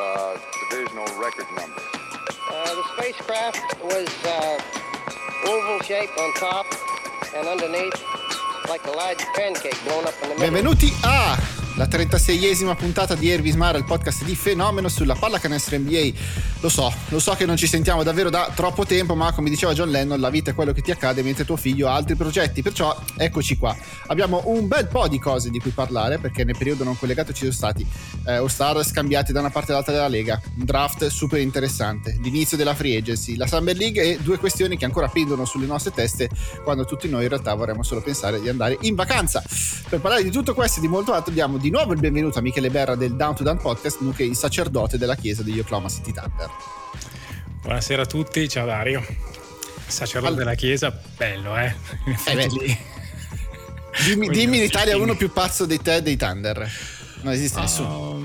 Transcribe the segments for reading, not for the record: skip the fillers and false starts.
divisional record number. The spacecraft was oval shaped on top and underneath like a large pancake blown up in the middle. Benvenuti la 36esima puntata di Ervis Mara, il podcast di Fenomeno sulla pallacanestro NBA. Lo so che non ci sentiamo davvero da troppo tempo, ma come diceva John Lennon, la vita è quello che ti accade mentre tuo figlio ha altri progetti, perciò eccoci qua. Abbiamo un bel po' di cose di cui parlare, perché nel periodo non collegato ci sono stati All-Star scambiati da una parte all'altra della Lega, un draft super interessante, l'inizio della Free Agency, la Summer League e due questioni che ancora pendono sulle nostre teste, quando tutti noi in realtà vorremmo solo pensare di andare in vacanza. Per parlare di tutto questo e di molto altro diamo di nuovo il benvenuto a Michele Berra del Down to Down Podcast, nonché il sacerdote della chiesa degli Oklahoma City Thunder. Buonasera a tutti, ciao Dario. Sacerdote della chiesa, bello, in effetti lì. Dimmi in Italia uno più pazzo di te dei Thunder. Non esiste nessuno.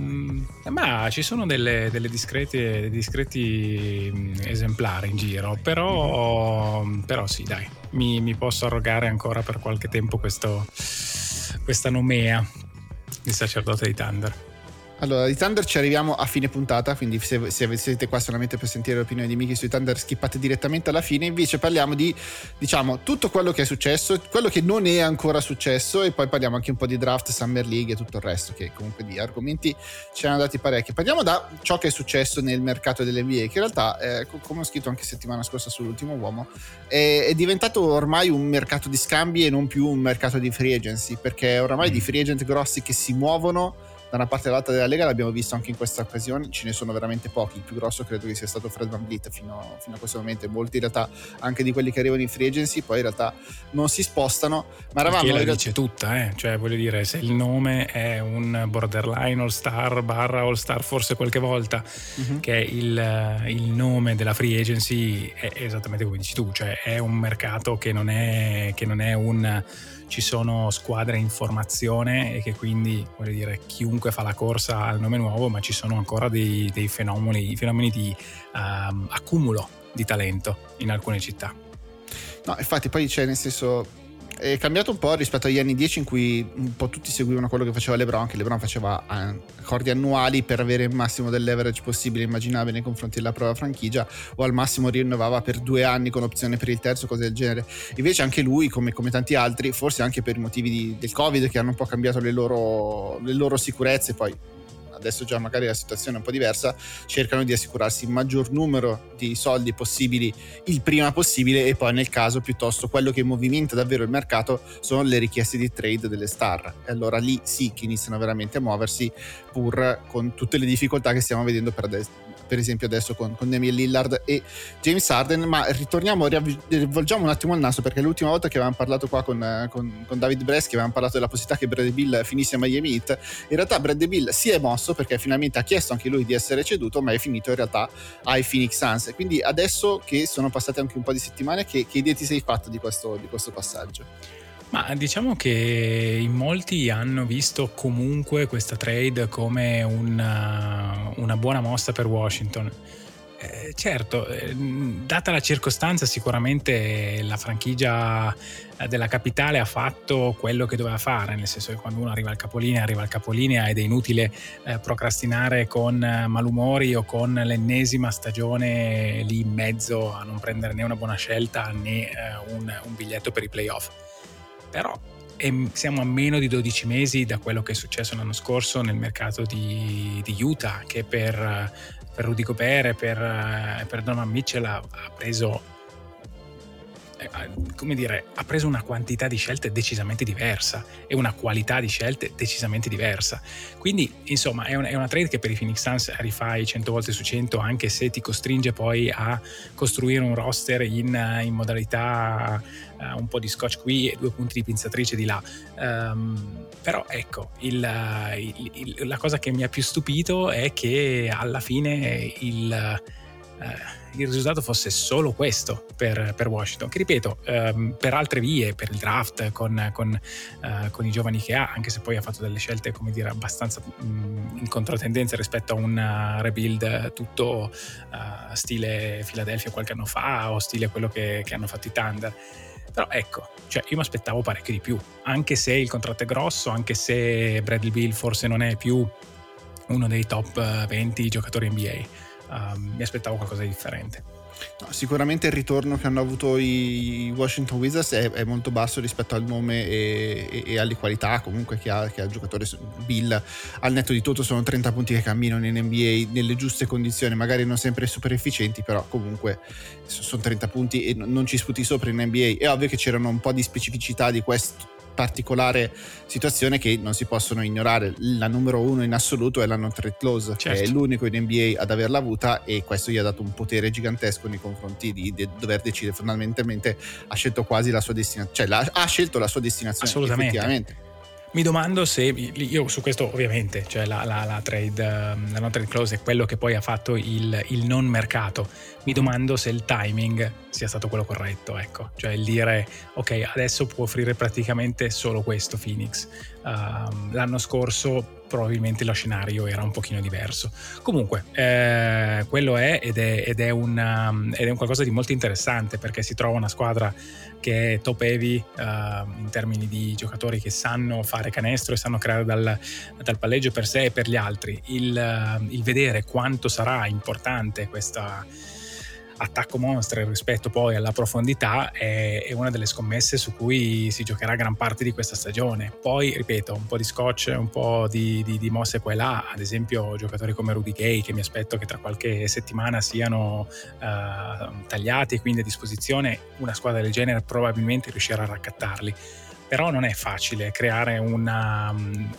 Ma ci sono dei discreti esemplari in giro, però sì, dai, mi posso arrogare ancora per qualche tempo questa nomea di sacerdote dei Thunder. Allora, di Thunder ci arriviamo a fine puntata, quindi se siete qua solamente per sentire l'opinione di Miki sui Thunder, skippate direttamente alla fine. Invece parliamo di, diciamo, tutto quello che è successo, quello che non è ancora successo, e poi parliamo anche un po' di draft, Summer League e tutto il resto, che comunque di argomenti ce ne hanno dati parecchi. Parliamo da ciò che è successo nel mercato dell'NBA, che in realtà, come ho scritto anche settimana scorsa sull'ultimo uomo, è diventato ormai un mercato di scambi e non più un mercato di free agency, perché oramai di free agent grossi che si muovono da una parte all'altra della Lega l'abbiamo visto anche in questa occasione, ce ne sono veramente pochi. Il più grosso credo che sia stato Fred VanVleet fino a questo momento, e molti in realtà anche di quelli che arrivano in free agency poi in realtà non si spostano, ma eravamo la dice tutta, cioè voglio dire, se il nome è un borderline all-star / all-star forse qualche volta, che è il nome della free agency, è esattamente come dici tu, cioè è un mercato che non è un ci sono squadre in formazione e che quindi, voglio dire, chiunque fa la corsa al nome nuovo, ma ci sono ancora dei fenomeni di accumulo di talento in alcune città. No, infatti poi c'è, nel senso, è cambiato un po' rispetto agli anni 10 in cui un po' tutti seguivano quello che faceva LeBron, che LeBron faceva accordi annuali per avere il massimo del leverage possibile immaginabile nei confronti della propria franchigia, o al massimo rinnovava per 2 anni con opzione per il terzo, cose del genere. Invece anche lui, come tanti altri, forse anche per i motivi del Covid, che hanno un po' cambiato le loro sicurezze, poi adesso già magari la situazione è un po' diversa, cercano di assicurarsi il maggior numero di soldi possibili il prima possibile, e poi nel caso piuttosto quello che movimenta davvero il mercato sono le richieste di trade delle star, e allora lì sì che iniziano veramente a muoversi, pur con tutte le difficoltà che stiamo vedendo per esempio adesso con Damian Lillard e James Harden. Ma rivolgiamo un attimo il naso, perché l'ultima volta che avevamo parlato qua con David Breschi avevamo parlato della possibilità che Bradley Beal finisse a Miami Heat. In realtà Bradley Beal si è mosso, perché finalmente ha chiesto anche lui di essere ceduto, ma è finito in realtà ai Phoenix Suns. Quindi adesso che sono passate anche un po' di settimane, che idea ti sei fatto di questo passaggio? Ma diciamo che in molti hanno visto comunque questa trade come una buona mossa per Washington. Certo, data la circostanza, sicuramente la franchigia della capitale ha fatto quello che doveva fare, nel senso che quando uno arriva al capolinea ed è inutile procrastinare con malumori o con l'ennesima stagione lì in mezzo a non prendere né una buona scelta né un biglietto per i playoff. Però siamo a meno di 12 mesi da quello che è successo l'anno scorso nel mercato di Utah, che per Rudy Gobert e per Donovan Mitchell ha preso ha preso una quantità di scelte decisamente diversa e una qualità di scelte decisamente diversa. Quindi insomma è una trade che per i Phoenix Suns rifai 100 volte su 100, anche se ti costringe poi a costruire un roster in modalità un po' di scotch qui e 2 punti di pinzatrice di là. Però ecco, la cosa che mi ha più stupito è che alla fine il risultato fosse solo questo per Washington, che ripeto, per altre vie, per il draft con i giovani che ha, anche se poi ha fatto delle scelte, come dire, abbastanza in controtendenza rispetto a un rebuild tutto stile Philadelphia qualche anno fa, o stile quello che hanno fatto i Thunder. Però ecco, cioè io mi aspettavo parecchio di più, anche se il contratto è grosso, anche se Bradley Beal forse non è più uno dei top 20 giocatori NBA. Mi aspettavo qualcosa di differente. No, sicuramente il ritorno che hanno avuto i Washington Wizards è molto basso rispetto al nome e alle qualità comunque che ha il giocatore. Bill, al netto di tutto, sono 30 punti che camminano in NBA nelle giuste condizioni, magari non sempre super efficienti, però comunque sono 30 punti e non ci sputi sopra in NBA. È ovvio che c'erano un po' di specificità di questo particolare situazione che non si possono ignorare. La numero 1 in assoluto è la non trade clause, certo, che è l'unico in NBA ad averla avuta, e questo gli ha dato un potere gigantesco nei confronti di dover decidere. Fondamentalmente ha scelto quasi la sua destinazione, cioè ha scelto la sua destinazione. Assolutamente. Effettivamente. Mi domando se io su questo, ovviamente, cioè la trade, la non trade clause è quello che poi ha fatto il non mercato. Mi domando se il timing sia stato quello corretto, ecco, cioè il dire ok, adesso può offrire praticamente solo questo Phoenix. L'anno scorso probabilmente lo scenario era un pochino diverso. Comunque quello è ed è un qualcosa di molto interessante, perché si trova una squadra che è top heavy in termini di giocatori che sanno fare canestro e sanno creare dal palleggio per sé e per gli altri. Il vedere quanto sarà importante questa attacco monster rispetto poi alla profondità è una delle scommesse su cui si giocherà gran parte di questa stagione. Poi ripeto, un po' di scotch, un po' di mosse qua e là, ad esempio giocatori come Rudy Gay, che mi aspetto che tra qualche settimana siano tagliati e quindi a disposizione. Una squadra del genere probabilmente riuscirà a raccattarli, però non è facile creare un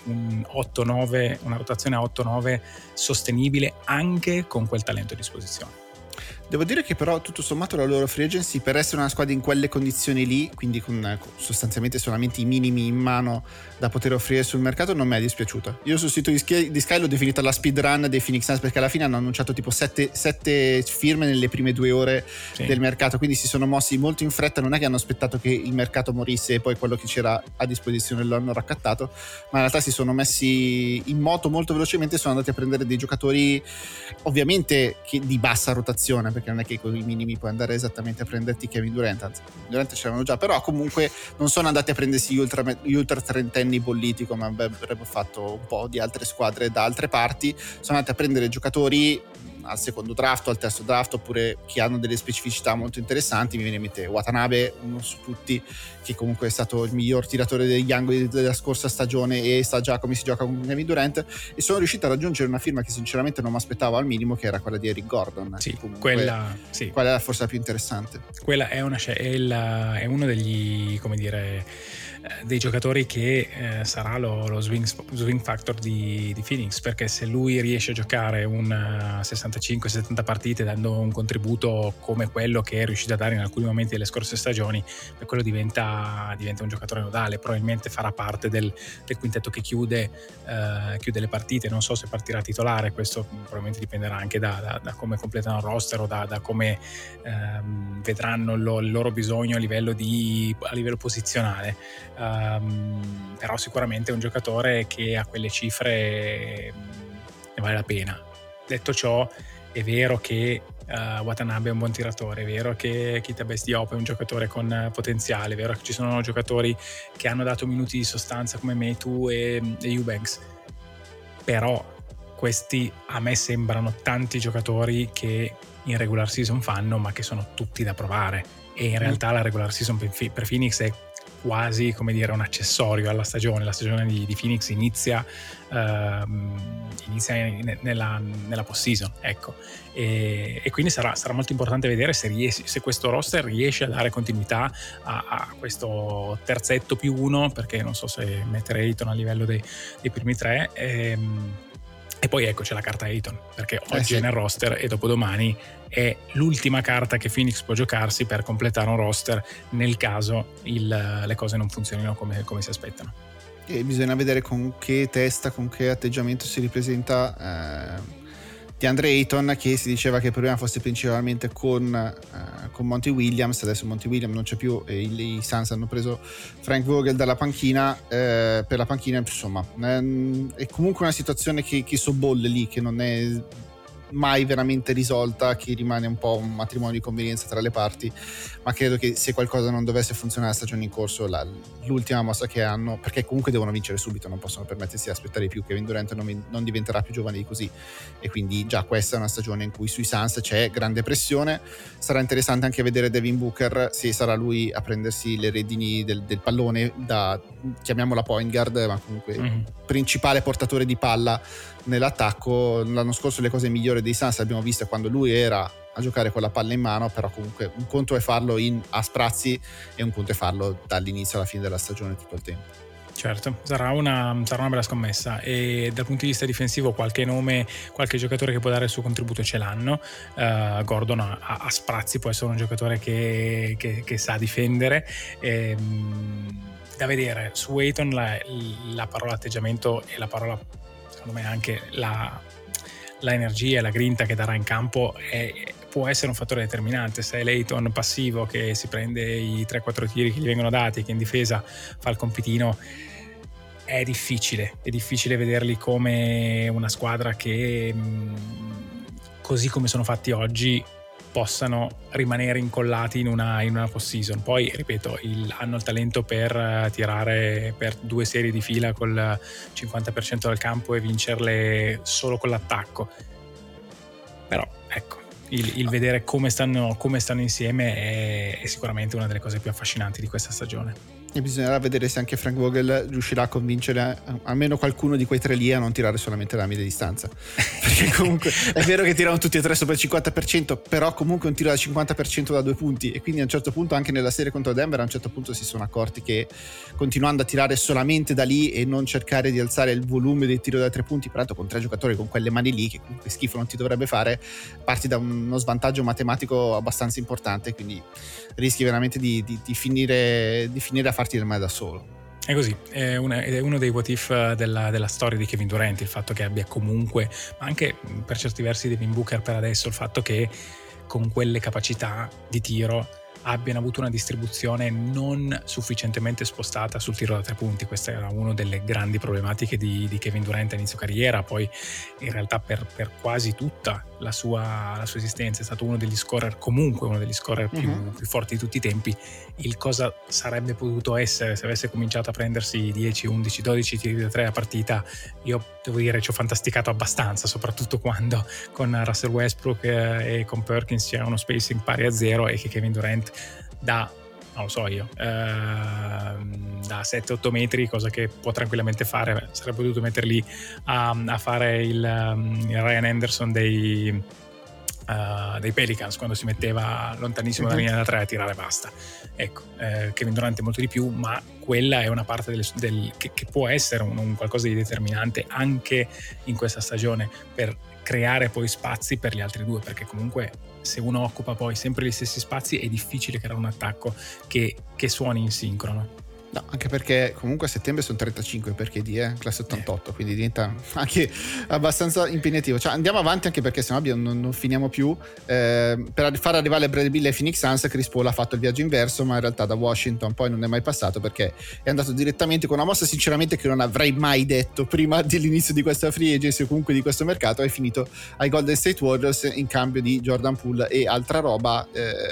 8-9, una rotazione a 8-9 sostenibile anche con quel talento a disposizione. Devo dire che però tutto sommato la loro free agency, per essere una squadra in quelle condizioni lì, quindi con sostanzialmente solamente i minimi in mano da poter offrire sul mercato, non mi è dispiaciuta. Io sul sito di Sky l'ho definita la speedrun dei Phoenix Suns, perché alla fine hanno annunciato tipo 7 firme nelle prime 2 ore del mercato, quindi si sono mossi molto in fretta. Non è che hanno aspettato che il mercato morisse e poi quello che c'era a disposizione lo hanno raccattato, ma in realtà si sono messi in moto molto velocemente, sono andati a prendere dei giocatori ovviamente di bassa rotazione, perché non è che con i minimi puoi andare esattamente a prenderti Kevin Durant, anzi Durant c'erano già, però comunque non sono andati a prendersi gli ultra trentenni bolliti come avrebbe fatto un po' di altre squadre da altre parti. Sono andati a prendere giocatori al secondo draft o al terzo draft, oppure che hanno delle specificità molto interessanti. Mi viene in mente Watanabe, uno su tutti, che comunque è stato il miglior tiratore degli angoli della scorsa stagione e sa già come si gioca con Kevin Durant, e sono riuscito a raggiungere una firma che sinceramente non mi aspettavo al minimo, che era quella di Eric Gordon. Sì, quella è forse la più interessante. Quella è è uno degli, come dire, dei giocatori che sarà lo swing factor di Phoenix, perché se lui riesce a giocare un 65-70 partite dando un contributo come quello che è riuscito a dare in alcuni momenti delle scorse stagioni, per quello diventa un giocatore nodale. Probabilmente farà parte del quintetto che chiude le partite. Non so se partirà titolare, questo probabilmente dipenderà anche da come completano il roster o da come vedranno il loro bisogno a livello posizionale. Però sicuramente è un giocatore che a quelle cifre ne vale la pena. Detto ciò, è vero che Watanabe è un buon tiratore, è vero che Keita Diop è un giocatore con potenziale, è vero che ci sono giocatori che hanno dato minuti di sostanza come Metu e Eubanks, però questi a me sembrano tanti giocatori che in regular season fanno, ma che sono tutti da provare, e in realtà la regular season per Phoenix è quasi, come dire, un accessorio alla stagione. La stagione di Phoenix inizia nella post-season, ecco, e quindi sarà molto importante vedere se questo roster riesce a dare continuità a questo terzetto più uno, perché non so se mettere Ayton a livello dei primi tre. E poi ecco, c'è la carta Ayton, perché oggi è nel roster e dopodomani è l'ultima carta che Phoenix può giocarsi per completare un roster nel caso le cose non funzionino come si aspettano. E bisogna vedere con che testa, con che atteggiamento si ripresenta DeAndre Ayton, che si diceva che il problema fosse principalmente con Monty Williams. Adesso Monty Williams non c'è più e i Suns hanno preso Frank Vogel dalla panchina, per la panchina. Insomma, è comunque una situazione che sobbolle lì, che non è mai veramente risolta, che rimane un po' un matrimonio di convenienza tra le parti, ma credo che se qualcosa non dovesse funzionare la stagione in corso, l'ultima mossa che hanno, perché comunque devono vincere subito, non possono permettersi di aspettare di più, Kevin Durant non diventerà più giovane di così, e quindi già questa è una stagione in cui sui Suns c'è grande pressione. Sarà interessante anche vedere Devin Booker, se sarà lui a prendersi le redini del pallone da, chiamiamola point guard, ma comunque principale portatore di palla nell'attacco. L'anno scorso le cose migliori dei Suns abbiamo visto quando lui era a giocare con la palla in mano, però comunque un conto è farlo a sprazzi e un conto è farlo dall'inizio alla fine della stagione tutto il tempo. Certo, sarà una bella scommessa, e dal punto di vista difensivo qualche nome, qualche giocatore che può dare il suo contributo ce l'hanno. Gordon a sprazzi può essere un giocatore che sa difendere. Da vedere su Ayton la parola atteggiamento e la parola, secondo me, anche la energia e la grinta che darà in campo può essere un fattore determinante. Se è Ayton passivo che si prende i 3-4 tiri che gli vengono dati, che in difesa fa il compitino, è difficile vederli come una squadra che, così come sono fatti oggi, possano rimanere incollati in una post-season. Poi, ripeto, hanno il talento per tirare per 2 serie di fila col 50% del campo e vincerle solo con l'attacco. Però, ecco, il vedere come stanno insieme è sicuramente una delle cose più affascinanti di questa stagione. E bisognerà vedere se anche Frank Vogel riuscirà a convincere almeno qualcuno di quei 3 lì a non tirare solamente da media distanza, perché comunque è vero che tirano tutti e 3 sopra il 50%, però comunque un tiro da 50% da 2 punti, e quindi a un certo punto anche nella serie contro Denver a un certo punto si sono accorti che continuando a tirare solamente da lì e non cercare di alzare il volume del tiro da 3 punti, peraltro con 3 giocatori con quelle mani lì, che comunque schifo non ti dovrebbe fare, parti da uno svantaggio matematico abbastanza importante, quindi rischi veramente di finire a farti del male da solo. È così, è uno dei what if della storia di Kevin Durant, il fatto che abbia comunque, ma anche per certi versi Devin Booker per adesso, il fatto che con quelle capacità di tiro abbiano avuto una distribuzione non sufficientemente spostata sul tiro da 3 punti. Questa era una delle grandi problematiche di Kevin Durant a inizio carriera. Poi in realtà per quasi tutta la sua esistenza è stato uno degli scorer più forti di tutti i tempi. Il cosa sarebbe potuto essere se avesse cominciato a prendersi 10, 11, 12 tiri da 3 a partita, io devo dire ci ho fantasticato abbastanza, soprattutto quando con Russell Westbrook e con Perkins c'era uno spacing pari a 0 e che Kevin Durant da 7-8 metri, cosa che può tranquillamente fare, sarebbe potuto metterli a fare il Ryan Anderson dei Pelicans, quando si metteva lontanissimo dalla linea da 3 a tirare basta. Ecco, Kevin Durant è molto di più, ma quella è una parte che può essere un qualcosa di determinante anche in questa stagione per creare poi spazi per gli altri 2, perché comunque se uno occupa poi sempre gli stessi spazi è difficile creare un attacco che suoni in sincrono. No, anche perché comunque a settembre sono 35 per KD, classe 88, quindi diventa anche abbastanza impegnativo. Cioè, andiamo avanti, anche perché sennò non finiamo più. Per far arrivare Bradley Beal ai Phoenix Suns, Chris Paul ha fatto il viaggio inverso, ma in realtà da Washington poi non è mai passato, perché è andato direttamente con una mossa sinceramente che non avrei mai detto prima dell'inizio di questa free agency o comunque di questo mercato. È finito ai Golden State Warriors in cambio di Jordan Poole e altra roba.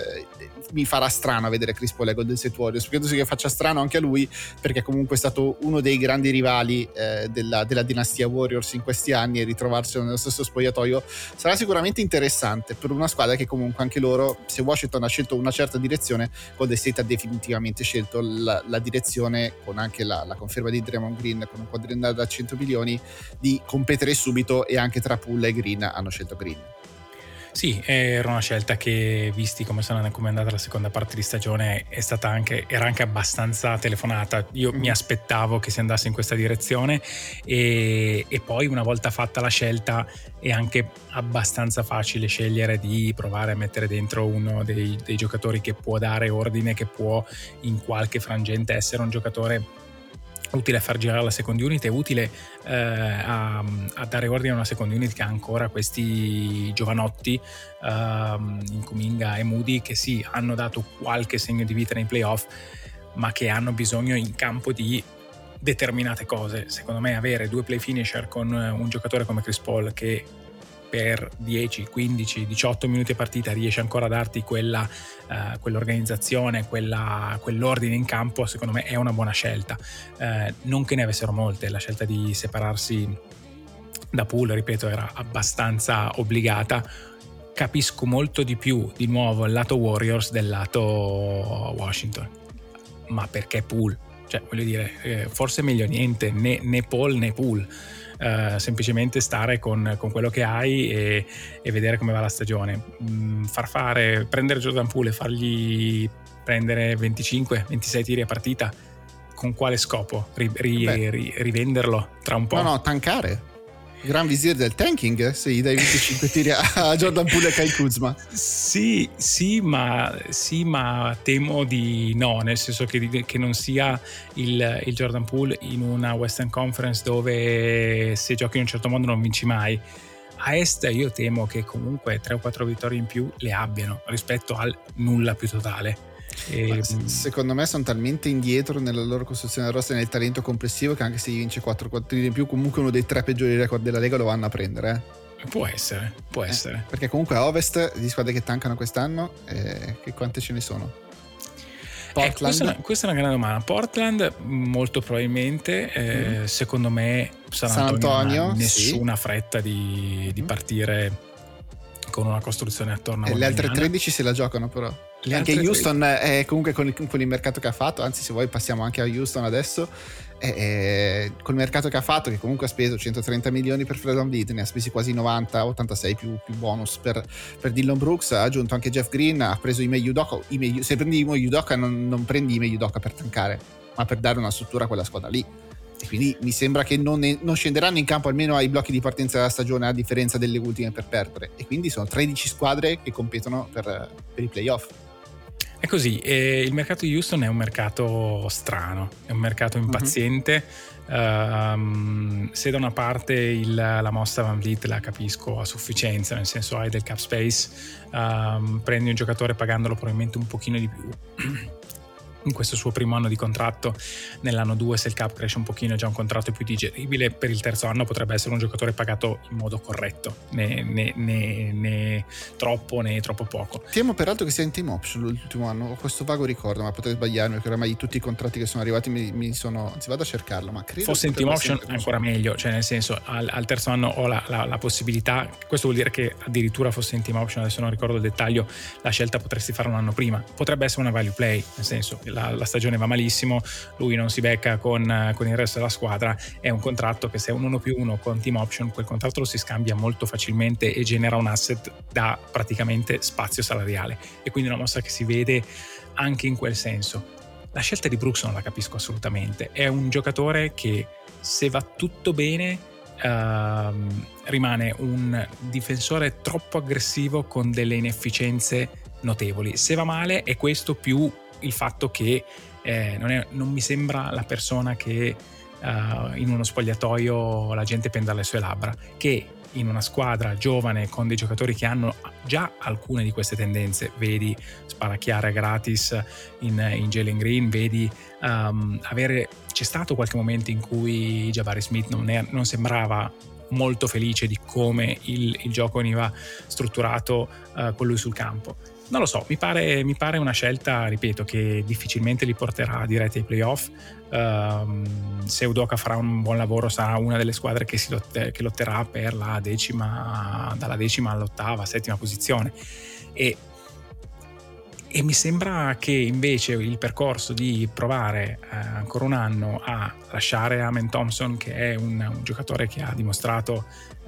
Mi farà strano vedere Chris Paul ai Golden State Warriors, credo che faccia strano anche a lui, perché comunque è stato uno dei grandi rivali della dinastia Warriors in questi anni, e ritrovarselo nello stesso spogliatoio sarà sicuramente interessante per una squadra che comunque anche loro, se Washington ha scelto una certa direzione, Golden State ha definitivamente scelto la direzione, con anche la conferma di Draymond Green con un quadriennale da 100 milioni, di competere subito, e anche tra Poole e Green hanno scelto Green. Sì, era una scelta che, visti come è andata la seconda parte di stagione, era anche abbastanza telefonata. Io mi aspettavo che si andasse in questa direzione, e poi una volta fatta la scelta è anche abbastanza facile scegliere di provare a mettere dentro uno dei giocatori che può dare ordine, che può in qualche frangente essere un giocatore utile a far girare la second unit, è utile a dare ordine a una second unit che ha ancora questi giovanotti in Kuminga e Moody, che sì, hanno dato qualche segno di vita nei playoff, ma che hanno bisogno in campo di determinate cose. Secondo me avere 2 play finisher con un giocatore come Chris Paul, che per 10, 15, 18 minuti a partita riesce ancora a darti quell'organizzazione, quell'ordine in campo, secondo me è una buona scelta. Non che ne avessero molte, la scelta di separarsi da Poole, ripeto, era abbastanza obbligata. Capisco molto di più di nuovo il lato Warriors del lato Washington, ma perché Poole? Cioè, voglio dire, forse meglio niente, né Paul né Poole. Semplicemente stare con quello che hai e vedere come va la stagione. Prendere Jordan Poole e fargli prendere 25-26 tiri a partita, con quale scopo? Rivenderlo tra un po'? No, tankare. Gran visir del tanking, se gli dai 25 tiri a Jordan Poole e Kyle Kuzma. Sì, ma temo di no, nel senso che non sia il Jordan Poole in una Western Conference dove se giochi in un certo modo non vinci mai. A Est io temo che comunque 3 o 4 vittorie in più le abbiano rispetto al nulla più totale. Secondo me sono talmente indietro nella loro costruzione del roster e nel talento complessivo che anche se gli vince 4 quattrini in più, comunque uno dei 3 peggiori record della Lega lo vanno a prendere. Può essere. Perché comunque a Ovest di squadre che tankano quest'anno, che quante ce ne sono? Portland? Questa è una grande domanda. Portland molto probabilmente, secondo me San Antonio nessuna fretta di partire con una costruzione attorno a le altre 13 se la giocano però. Anche Houston è comunque con il mercato che ha fatto, anzi se vuoi passiamo anche a Houston adesso, col mercato che ha fatto, che comunque ha speso 130 milioni per Fred VanVleet, ne ha spesi quasi 90, 86 più bonus per Dillon Brooks, ha aggiunto anche Jeff Green, ha preso Ime Udoka. Se prendi Ime Udoka non prendi Ime Udoka per tankare, ma per dare una struttura a quella squadra lì. E quindi mi sembra che non scenderanno in campo almeno ai blocchi di partenza della stagione, a differenza delle ultime, per perdere. E quindi sono 13 squadre che competono per i playoff. È così, e il mercato di Houston è un mercato strano, è un mercato impaziente. Se da una parte la mossa VanVleet la capisco a sufficienza, nel senso hai del cap space, prendi un giocatore pagandolo probabilmente un pochino di più in questo suo primo anno di contratto, nell'anno 2 se il cap cresce un pochino è già un contratto più digeribile, per il terzo anno potrebbe essere un giocatore pagato in modo corretto, né troppo né troppo poco. Temo peraltro che sia in team option l'ultimo anno, ho questo vago ricordo, ma potrei sbagliarmi perché oramai tutti i contratti che sono arrivati anzi vado a cercarlo, ma credo fosse in team option ancora meglio, cioè nel senso al terzo anno ho la possibilità, questo vuol dire che addirittura fosse in team option, adesso non ricordo il dettaglio, la scelta potresti fare un anno prima, potrebbe essere una value play, nel senso che la stagione va malissimo, lui non si becca con il resto della squadra, è un contratto che se è un 1+1 con team option, quel contratto lo si scambia molto facilmente e genera un asset da praticamente spazio salariale, e quindi una mossa che si vede anche in quel senso. La scelta di Brooks non la capisco assolutamente, è un giocatore che se va tutto bene rimane un difensore troppo aggressivo con delle inefficienze notevoli, se va male è questo più il fatto che non mi sembra la persona che in uno spogliatoio la gente penda alle sue labbra, che in una squadra giovane con dei giocatori che hanno già alcune di queste tendenze, vedi sparacchiare gratis in Jalen Green, vedi c'è stato qualche momento in cui Jabari Smith non sembrava molto felice di come il gioco veniva strutturato con lui sul campo. Non lo so, mi pare una scelta, ripeto, che difficilmente li porterà diretti ai playoff. Se Udoka farà un buon lavoro sarà una delle squadre che lotterà per dalla 10ª all'8ª, 7ª posizione, e mi sembra che invece il percorso di provare ancora un anno a lasciare Amen Thompson, che è un giocatore che ha dimostrato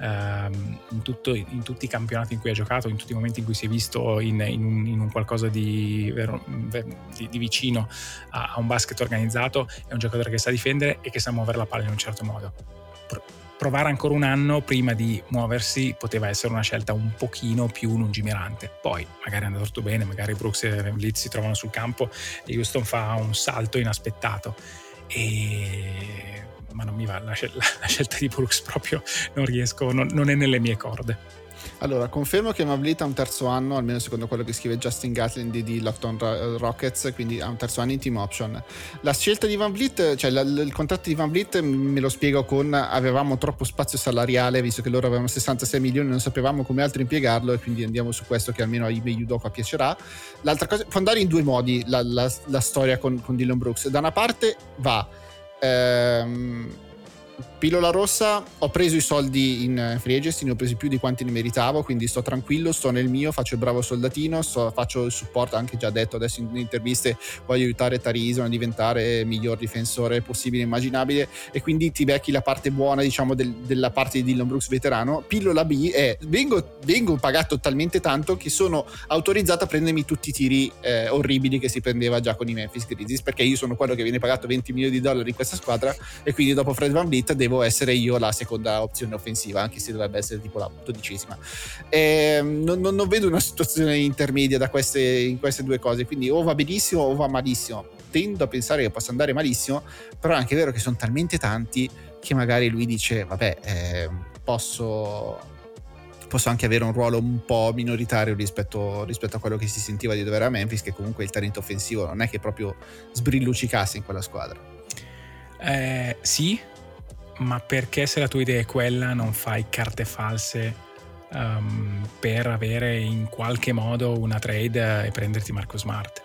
in tutti i campionati in cui ha giocato, in tutti i momenti in cui si è visto in un qualcosa di vicino a un basket organizzato, è un giocatore che sa difendere e che sa muovere la palla in un certo modo. Provare ancora un anno prima di muoversi poteva essere una scelta un pochino più lungimirante. Poi magari è andato tutto bene, magari Brooks e VanVleet si trovano sul campo e Houston fa un salto inaspettato, e ma non mi va, la scelta di Brooks proprio non riesco, non è nelle mie corde. Allora, confermo che Van Vliet ha un terzo anno, almeno secondo quello che scrive Justin Gatlin di Locked On Rockets, quindi ha un terzo anno in team option. La scelta di Van Vliet, cioè il contratto di Van Vliet me lo spiego con avevamo troppo spazio salariale, visto che loro avevano 66 milioni, non sapevamo come altro impiegarlo, e quindi andiamo su questo che almeno a Ime Udoka piacerà. L'altra cosa, può andare in due modi la storia con Dillon Brooks. Da una parte va pillola rossa, ho preso i soldi in free agency, ne ho presi più di quanti ne meritavo, quindi sto tranquillo, sto nel mio, faccio il bravo soldatino, faccio il supporto, anche già detto adesso in interviste, voglio aiutare Tari Eason a diventare il miglior difensore possibile e immaginabile, e quindi ti becchi la parte buona, diciamo, della parte di Dillon Brooks veterano. Pillola B è vengo pagato talmente tanto che sono autorizzato a prendermi tutti i tiri orribili che si prendeva già con i Memphis Grizzlies, perché io sono quello che viene pagato $20 milioni in questa squadra, e quindi dopo Fred Van Vliet devo essere io la seconda opzione offensiva, anche se dovrebbe essere tipo la 12ª. Non vedo una situazione intermedia in queste due cose, quindi o va benissimo o va malissimo. Tendo a pensare che possa andare malissimo, però è anche vero che sono talmente tanti che magari lui dice vabbè, posso anche avere un ruolo un po' minoritario rispetto a quello che si sentiva di dover a Memphis, che comunque il talento offensivo non è che proprio sbrillucicasse in quella squadra. Sì, ma perché se la tua idea è quella non fai carte false per avere in qualche modo una trade e prenderti Marcus Smart?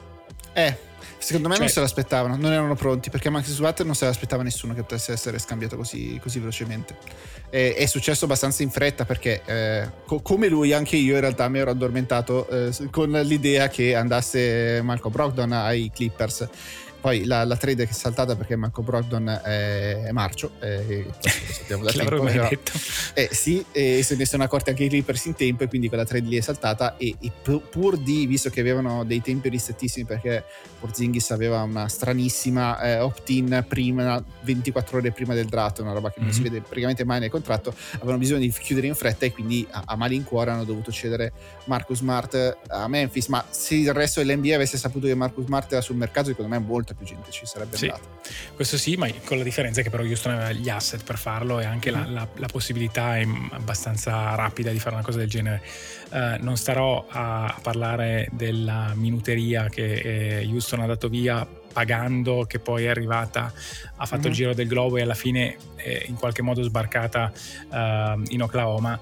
Secondo me non se l'aspettavano, non erano pronti, perché Marcus Smart non se l'aspettava nessuno che potesse essere scambiato così velocemente. È successo abbastanza in fretta, perché come lui anche io in realtà mi ero addormentato con l'idea che andasse Malcolm Brogdon ai Clippers. Poi la trade che è saltata perché Malcolm Brogdon è marcio, lo sappiamo da tempo, però, detto. sì, e se ne sono accorti anche i Clippers in tempo, e quindi quella trade lì è saltata, e pur di, visto che avevano dei tempi ristrettissimi perché Porzingis aveva una stranissima opt-in prima, 24 ore prima del draft, una roba che non si vede praticamente mai nel contratto, avevano bisogno di chiudere in fretta, e quindi a malincuore hanno dovuto cedere Marcus Smart a Memphis. Ma se il resto dell'NBA avesse saputo che Marcus Smart era sul mercato, secondo me molta più gente ci sarebbe andata. Questo sì, ma con la differenza che però Houston aveva gli asset per farlo, e anche la possibilità è abbastanza rapida di fare una cosa del genere. Non starò a parlare della minuteria che Houston ha dato via pagando, che poi è arrivata, ha fatto il giro del globo e alla fine è in qualche modo sbarcata in Oklahoma.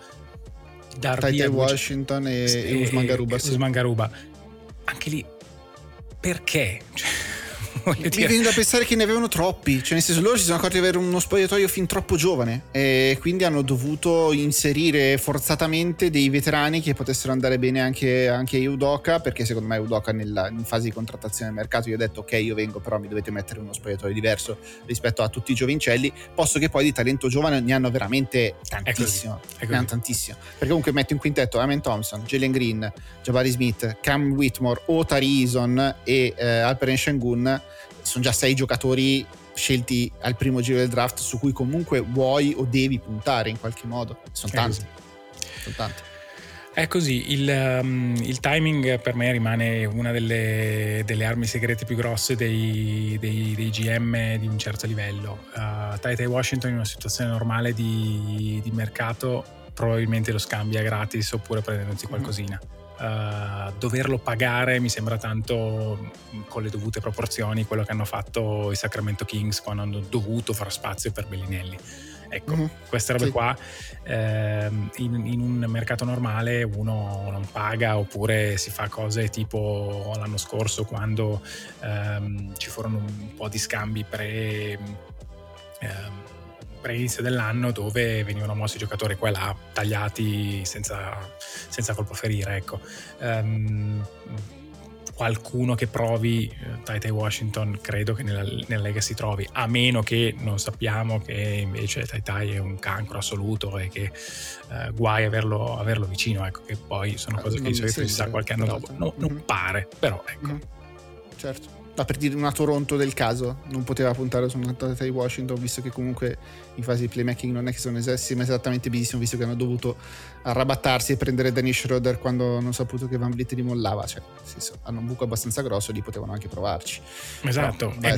Ty Washington e Usman Garuba. Usman Garuba. Anche lì, perché? Mi viene da pensare che ne avevano troppi, cioè nel senso, loro si sono accorti di avere uno spogliatoio fin troppo giovane, e quindi hanno dovuto inserire forzatamente dei veterani che potessero andare bene anche a Udoka, perché secondo me Udoka in fase di contrattazione del mercato gli ha detto ok, io vengo, però mi dovete mettere uno spogliatoio diverso rispetto a tutti i giovincelli, posto che poi di talento giovane ne hanno veramente tantissimo. È così. Ne hanno tantissimo, perché comunque metti in quintetto Amen Thompson, Jalen Green, Jabari Smith, Cam Whitmore, Tari Eason e Alperen Sengun. Sono già 6 giocatori scelti al primo giro del draft su cui comunque vuoi o devi puntare in qualche modo. Sono tanti. È così, il timing per me rimane una delle armi segrete più grosse dei GM di un certo livello. Ty Washington in una situazione normale di mercato probabilmente lo scambia gratis, oppure prendendosi qualcosina. Doverlo pagare mi sembra tanto, con le dovute proporzioni, quello che hanno fatto i Sacramento Kings quando hanno dovuto far spazio per Bellinelli. Ecco, queste robe qua in un mercato normale uno non paga, oppure si fa cose tipo l'anno scorso, quando ci furono un po' di scambi pre-inizio dell'anno, dove venivano mossi i giocatori qua e là, tagliati senza colpo a ferire, ecco. Qualcuno che provi Ty Washington credo che nella Lega si trovi, a meno che non sappiamo che invece Ty è un cancro assoluto e che guai averlo vicino, ecco, che poi sono cose che di solito si sa qualche anno dopo. Non pare, però ecco. Certo. Per dire una Toronto del caso, non poteva puntare su una testa di Washington, visto che comunque in fase di playmaking non è che siano esattamente benissimo, visto che hanno dovuto arrabattarsi e prendere Dennis Schroeder quando hanno saputo che Van Vliet rimollava. Cioè, nel senso, hanno un buco abbastanza grosso, lì potevano anche provarci. Esatto, non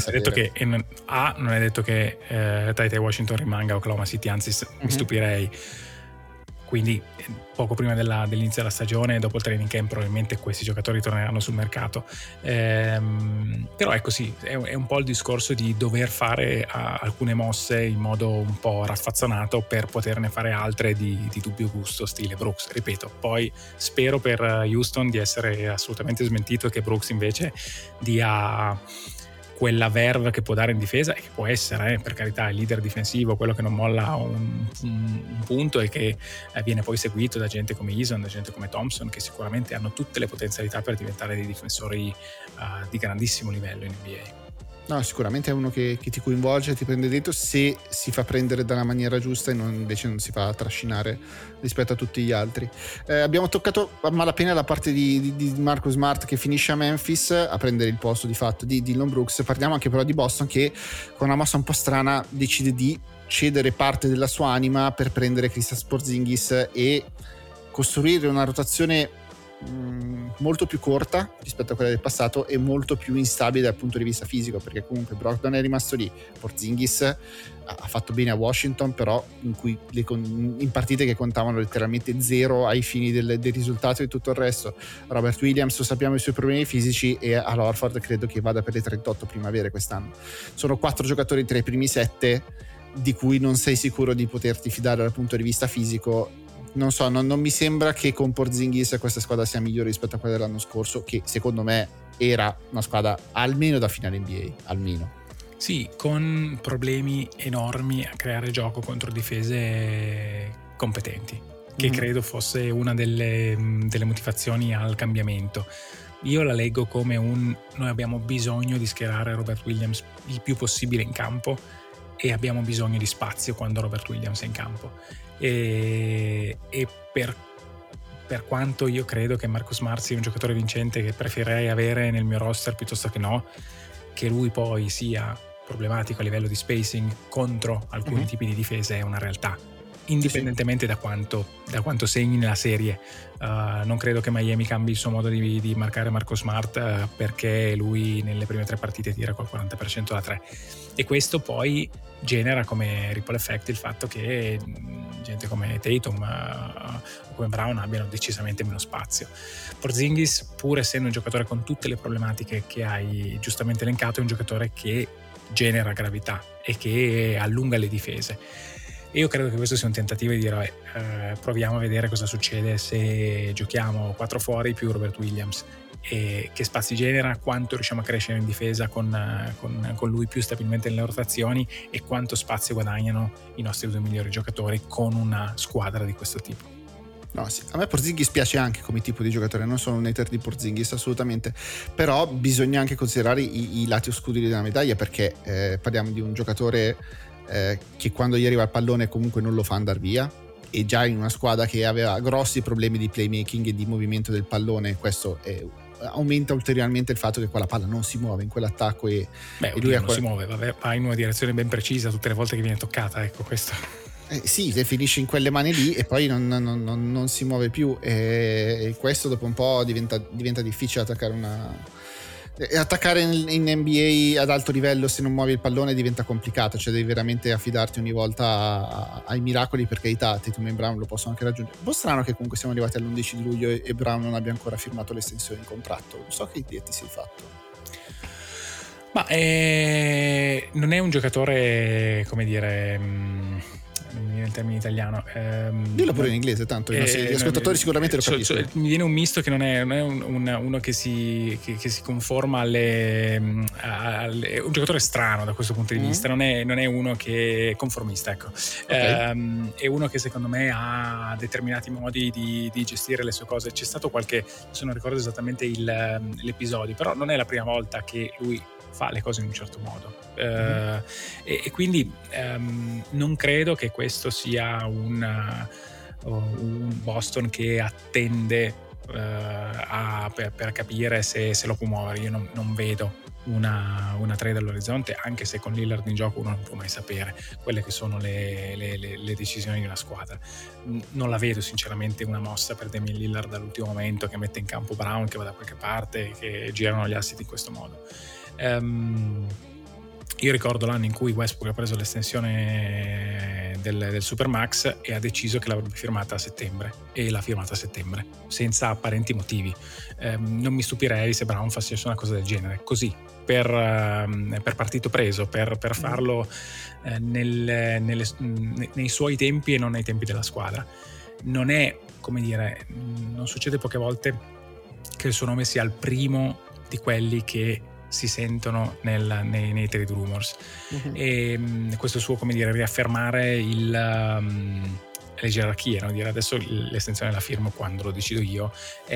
è detto che Ty Washington rimanga a Oklahoma City, anzi mi stupirei. Quindi poco prima dell'inizio della stagione, dopo il training camp, probabilmente questi giocatori torneranno sul mercato. Però è così, è un po' il discorso di dover fare alcune mosse in modo un po' raffazzonato per poterne fare altre di dubbio gusto, stile Brooks. Ripeto, poi spero per Houston di essere assolutamente smentito e che Brooks invece dia quella verve che può dare in difesa, e che può essere, per carità, il leader difensivo, quello che non molla un punto e che viene poi seguito da gente come Eason, da gente come Thompson, che sicuramente hanno tutte le potenzialità per diventare dei difensori di grandissimo livello in NBA. No, sicuramente è uno che ti coinvolge, ti prende dentro se si fa prendere dalla maniera giusta e invece non si fa trascinare rispetto a tutti gli altri. Abbiamo toccato a malapena la parte di Marcus Smart, che finisce a Memphis a prendere il posto di fatto di Dillon Brooks. Parliamo anche però di Boston, che con una mossa un po' strana decide di cedere parte della sua anima per prendere Kristaps Porzingis e costruire una rotazione molto più corta rispetto a quella del passato e molto più instabile dal punto di vista fisico, perché comunque Brogdon è rimasto lì, Porzingis ha fatto bene a Washington, però in partite che contavano letteralmente zero ai fini del risultato e tutto il resto. Robert Williams, lo sappiamo, i suoi problemi fisici, e Al Horford credo che vada per le 38 primavere quest'anno. Sono 4 giocatori tra i primi 7 di cui non sei sicuro di poterti fidare dal punto di vista fisico. Non so, non mi sembra che con Porzingis questa squadra sia migliore rispetto a quella dell'anno scorso, che secondo me era una squadra almeno da finale NBA, almeno. Sì, con problemi enormi a creare gioco contro difese competenti, che credo fosse una delle motivazioni al cambiamento. Io la leggo come noi abbiamo bisogno di schierare Robert Williams il più possibile in campo e abbiamo bisogno di spazio quando Robert Williams è in campo. E per quanto io credo che Marcus Smart sia un giocatore vincente che preferirei avere nel mio roster piuttosto che no, che lui poi sia problematico a livello di spacing contro alcuni tipi di difese è una realtà, indipendentemente da quanto segni nella serie. Non credo che Miami cambi il suo modo di marcare Marcus Smart, perché lui nelle prime 3 partite tira col 40% da 3, e questo poi genera come ripple effect il fatto che gente come Tatum o come Brown abbiano decisamente meno spazio. Porzingis, pur essendo un giocatore con tutte le problematiche che hai giustamente elencato, è un giocatore che genera gravità e che allunga le difese. E io credo che questo sia un tentativo di dire proviamo a vedere cosa succede se giochiamo 4 fuori più Robert Williams, e che spazi genera, quanto riusciamo a crescere in difesa con lui più stabilmente nelle rotazioni, e quanto spazio guadagnano i nostri 2 migliori giocatori con una squadra di questo tipo. No, sì. A me Porzingis piace anche come tipo di giocatore, non sono un hater di Porzingis assolutamente, però bisogna anche considerare i lati oscuri della medaglia, perché parliamo di un giocatore che quando gli arriva il pallone comunque non lo fa andare via, e già in una squadra che aveva grossi problemi di playmaking e di movimento del pallone, questo aumenta ulteriormente il fatto che quella palla non si muove in quell'attacco e lui non si muove, va in una direzione ben precisa tutte le volte che viene toccata, ecco questo. Sì, se finisce in quelle mani lì e poi non si muove più, e questo dopo un po' diventa difficile attaccare in NBA ad alto livello. Se non muovi il pallone diventa complicato, cioè devi veramente affidarti ogni volta ai miracoli, perché Tatum e Brown lo possono anche raggiungere. Un po' strano che comunque siamo arrivati all'11 di luglio e Brown non abbia ancora firmato l'estensione di contratto. Non so che idea ti sei fatto. Ma non è un giocatore, come dire, nel termine italiano, dillo pure in inglese, tanto gli ascoltatori sicuramente lo capiscono. Mi viene un misto che non è uno che si conforma è un giocatore strano da questo punto di vista, non è uno che è conformista, ecco. Okay. È uno che secondo me ha determinati modi di gestire le sue cose. C'è stato se non ricordo esattamente l'episodio, però non è la prima volta che lui fa le cose in un certo modo, e quindi non credo che questo sia un Boston che attende per capire se lo può muovere. Io non vedo una trade all'orizzonte, anche se con Lillard in gioco uno non può mai sapere quelle che sono le decisioni di una squadra. Non la vedo sinceramente una mossa per Damian Lillard all'ultimo momento, che mette in campo Brown, che va da qualche parte, che girano gli asset in questo modo. Io ricordo l'anno in cui Westbrook ha preso l'estensione del Supermax e ha deciso che l'avrebbe firmata a settembre, e l'ha firmata a settembre senza apparenti motivi. Non mi stupirei se Brown facesse una cosa del genere, così per partito preso, per farlo nei suoi tempi e non nei tempi della squadra. Non è, come dire, non succede poche volte che il suo nome sia il primo di quelli che si sentono nei trade rumors. E questo suo, come dire, riaffermare le gerarchie, no? Dire adesso l'estensione la firmo quando lo decido io,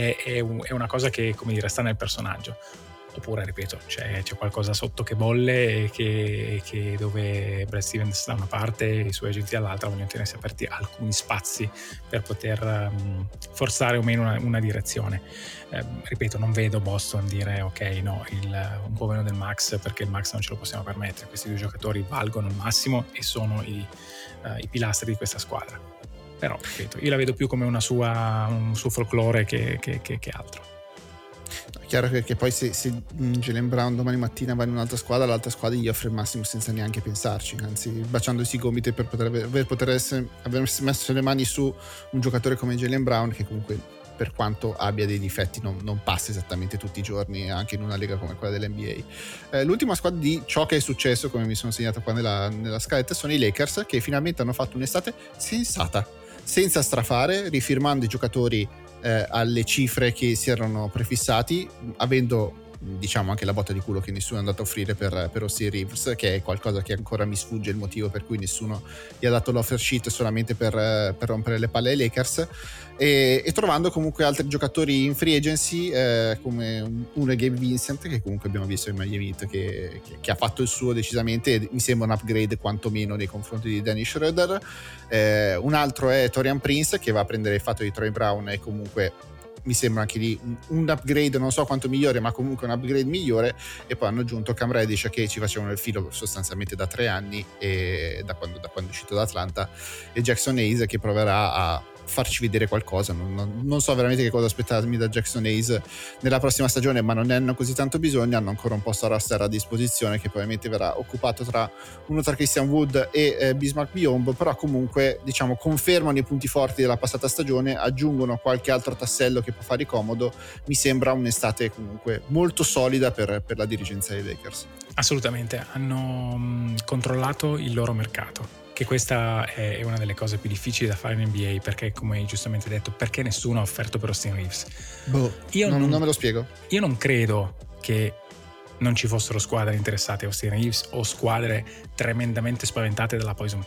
è una cosa che, come dire, sta nel personaggio. Oppure, ripeto, c'è qualcosa sotto che bolle e che dove Brad Stevens da una parte e i suoi agenti dall'altra vogliono tenersi aperti alcuni spazi per poter forzare o meno una direzione. Ripeto, non vedo Boston dire ok, no, un po' meno del max, perché il max non ce lo possiamo permettere. Questi due giocatori valgono il massimo e sono i pilastri di questa squadra. Però, ripeto, io la vedo più come un suo folklore che altro. Chiaro che poi se Jaylen Brown domani mattina va in un'altra squadra, l'altra squadra gli offre il massimo senza neanche pensarci, anzi baciandosi i gomiti per poter aver messo le mani su un giocatore come Jaylen Brown, che comunque, per quanto abbia dei difetti, non passa esattamente tutti i giorni anche in una lega come quella dell'NBA. L'ultima squadra di ciò che è successo, come mi sono segnato qua nella scaletta, sono i Lakers, che finalmente hanno fatto un'estate sensata, senza strafare, rifirmando i giocatori alle cifre che si erano prefissati, avendo, diciamo, anche la botta di culo che nessuno è andato a offrire per Austin Reeves, che è qualcosa che ancora mi sfugge il motivo per cui nessuno gli ha dato l'offer sheet, solamente per rompere le palle ai Lakers, e trovando comunque altri giocatori in free agency, come uno è Gabe Vincent, che comunque abbiamo visto in Miami Heat che ha fatto il suo decisamente, e mi sembra un upgrade quantomeno nei confronti di Dennis Schroeder. Un altro è Taurean Prince, che va a prendere il fatto di Troy Brown, e comunque mi sembra anche lì un upgrade, non so quanto migliore, ma comunque un upgrade migliore. E poi hanno aggiunto Cam Reddish, che ci facevano il filo sostanzialmente da 3 anni, e da quando è uscito da Atlanta, e Jackson Hayes, che proverà a farci vedere qualcosa. Non so veramente che cosa aspettarmi da Jackson Hayes nella prossima stagione, ma non ne hanno così tanto bisogno. Hanno ancora un posto a roster a disposizione, che probabilmente verrà occupato tra Christian Wood e Bismack Biyombo, però comunque, diciamo, confermano i punti forti della passata stagione, aggiungono qualche altro tassello che può fare comodo. Mi sembra un'estate comunque molto solida per la dirigenza dei Lakers. Assolutamente, hanno controllato il loro mercato, che questa è una delle cose più difficili da fare in NBA, perché, come hai giustamente detto, perché nessuno ha offerto per Austin Reeves? Io non me lo spiego. Io non credo che non ci fossero squadre interessate a Austin Reeves, o squadre tremendamente spaventate dalla Poison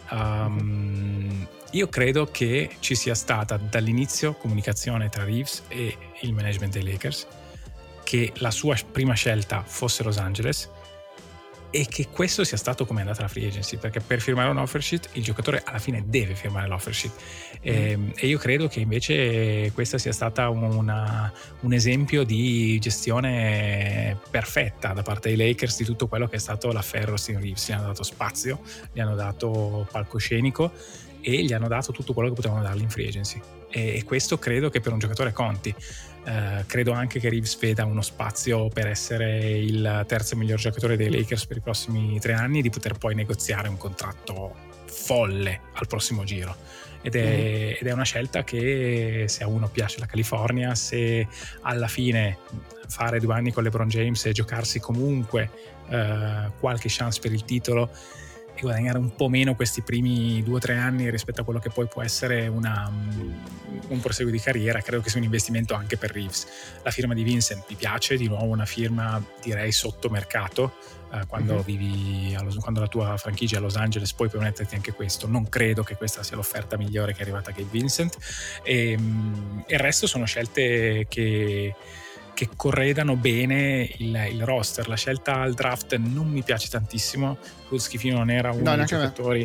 Pill. Io credo che ci sia stata dall'inizio comunicazione tra Reeves e il management dei Lakers, che la sua prima scelta fosse Los Angeles, e che questo sia stato come è andata la free agency, perché per firmare un offer sheet il giocatore alla fine deve firmare l'offer sheet. E io credo che invece questa sia stata un esempio di gestione perfetta da parte dei Lakers di tutto quello che è stato l'affaire Austin Reeves. Gli hanno dato spazio, gli hanno dato palcoscenico e gli hanno dato tutto quello che potevano dargli in free agency, e questo credo che per un giocatore conti. Credo anche che Reeves veda uno spazio per essere il terzo miglior giocatore dei Lakers per i prossimi 3 anni, di poter poi negoziare un contratto folle al prossimo giro, ed è una scelta che, se a uno piace la California, se alla fine fare 2 anni con LeBron James e giocarsi comunque qualche chance per il titolo e guadagnare un po' meno questi primi 2 o 3 anni rispetto a quello che poi può essere un proseguo di carriera, credo che sia un investimento anche per Reeves. La firma di Vincent mi piace, di nuovo una firma direi sotto mercato, quando quando la tua franchigia è a Los Angeles puoi permetterti anche questo. Non credo che questa sia l'offerta migliore che è arrivata a Gabe Vincent, e il resto sono scelte che corredano bene il roster. La scelta al draft non mi piace tantissimo. Schifino non era uno dei giocatori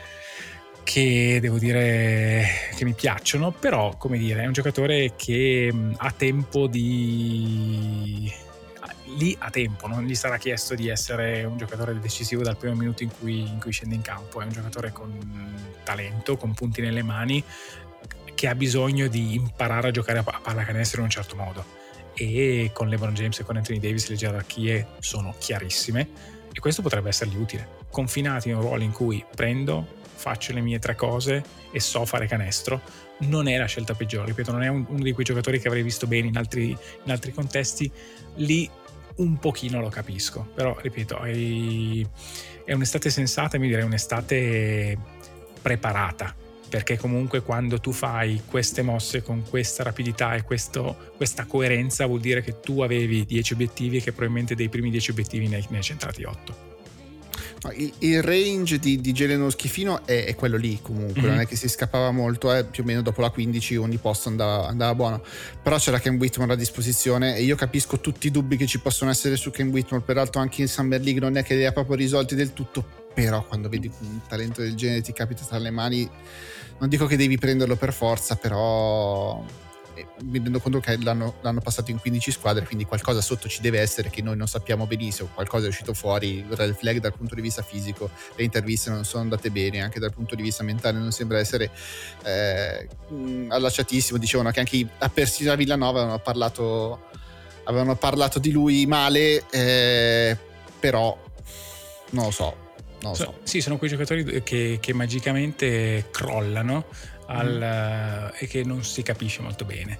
che devo dire che mi piacciono, però, come dire, è un giocatore che ha tempo di lì a tempo, non gli sarà chiesto di essere un giocatore decisivo dal primo minuto in cui scende in campo. È un giocatore con talento, con punti nelle mani, che ha bisogno di imparare a giocare a pallacanestro in un certo modo, e con LeBron James e con Anthony Davis le gerarchie sono chiarissime e questo potrebbe essergli utile, confinati in un ruolo in cui prendo, faccio le mie 3 cose e so fare canestro. Non è la scelta peggiore, ripeto, non è uno di quei giocatori che avrei visto bene in altri contesti. Lì un pochino lo capisco, però ripeto, è un'estate sensata, mi direi un'estate preparata, perché comunque quando tu fai queste mosse con questa rapidità e questa coerenza, vuol dire che tu avevi 10 obiettivi e che probabilmente dei primi 10 obiettivi ne hai centrati 8. Il range di Jalen Schifino è quello lì comunque, non è che si scappava molto, più o meno dopo la 15 ogni posto andava buono, però c'era Cam Whitmore a disposizione e io capisco tutti i dubbi che ci possono essere su Cam Whitmore, peraltro anche in Summer League non è che li ha proprio risolti del tutto, però quando vedi un talento del genere ti capita tra le mani, non dico che devi prenderlo per forza, però mi rendo conto che l'hanno passato in 15 squadre, quindi qualcosa sotto ci deve essere che noi non sappiamo benissimo, qualcosa è uscito fuori, red flag dal punto di vista fisico, le interviste non sono andate bene, anche dal punto di vista mentale non sembra essere allacciatissimo. Dicevano che anche persino a Villanova avevano parlato di lui male, però non lo so. Sì, sono quei giocatori che magicamente crollano e che non si capisce molto bene.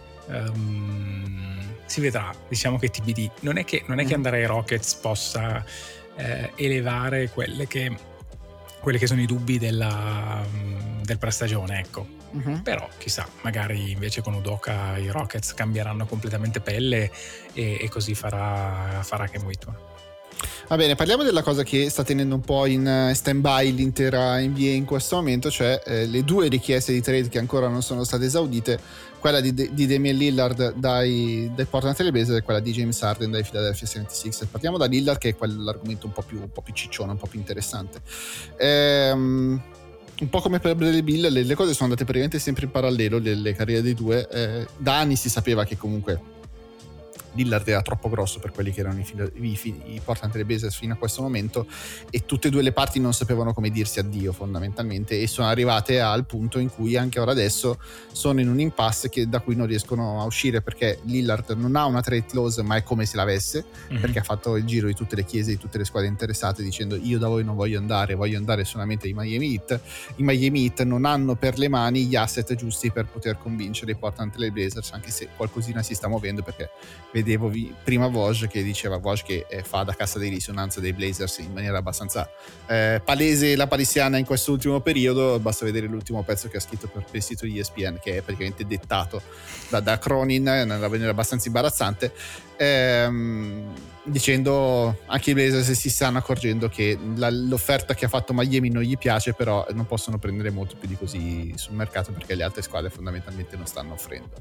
Si vedrà, diciamo che TBD. Non è che andare ai Rockets possa elevare quelli che sono i dubbi del pre-stagione, ecco. Però chissà, magari invece con Udoka i Rockets cambieranno completamente pelle e così farà Cam Whitmore. Va bene, parliamo della cosa che sta tenendo un po' in stand-by l'intera NBA in questo momento, cioè le 2 richieste di trade che ancora non sono state esaudite, quella di Damian Lillard dai Portland Trail Blazers e quella di James Harden dai Philadelphia 76ers. Partiamo da Lillard, che è quell'argomento un po' più ciccione, un po' più interessante. Un po' come per Bradley Beal, le cose sono andate praticamente sempre in parallelo, le carriere dei due. Da anni si sapeva che comunque Lillard era troppo grosso per quelli che erano i Portland Trail Blazers fino a questo momento, e tutte e due le parti non sapevano come dirsi addio fondamentalmente, e sono arrivate al punto in cui anche ora adesso sono in un impasse da cui non riescono a uscire, perché Lillard non ha una trade clause, ma è come se l'avesse, perché ha fatto il giro di tutte le chiese, di tutte le squadre interessate, dicendo: io da voi non voglio andare solamente ai Miami Heat. I Miami Heat non hanno per le mani gli asset giusti per poter convincere i Portland Trail Blazers, anche se qualcosina si sta muovendo, perché vedevo prima Woj che diceva che fa da cassa di risonanza dei Blazers in maniera abbastanza palese la palissiana in questo ultimo periodo. Basta vedere l'ultimo pezzo che ha scritto per il sito di ESPN, che è praticamente dettato da Cronin nella maniera abbastanza imbarazzante, dicendo anche i Blazers si stanno accorgendo che l'offerta che ha fatto Miami non gli piace, però non possono prendere molto più di così sul mercato, perché le altre squadre fondamentalmente non stanno offrendo.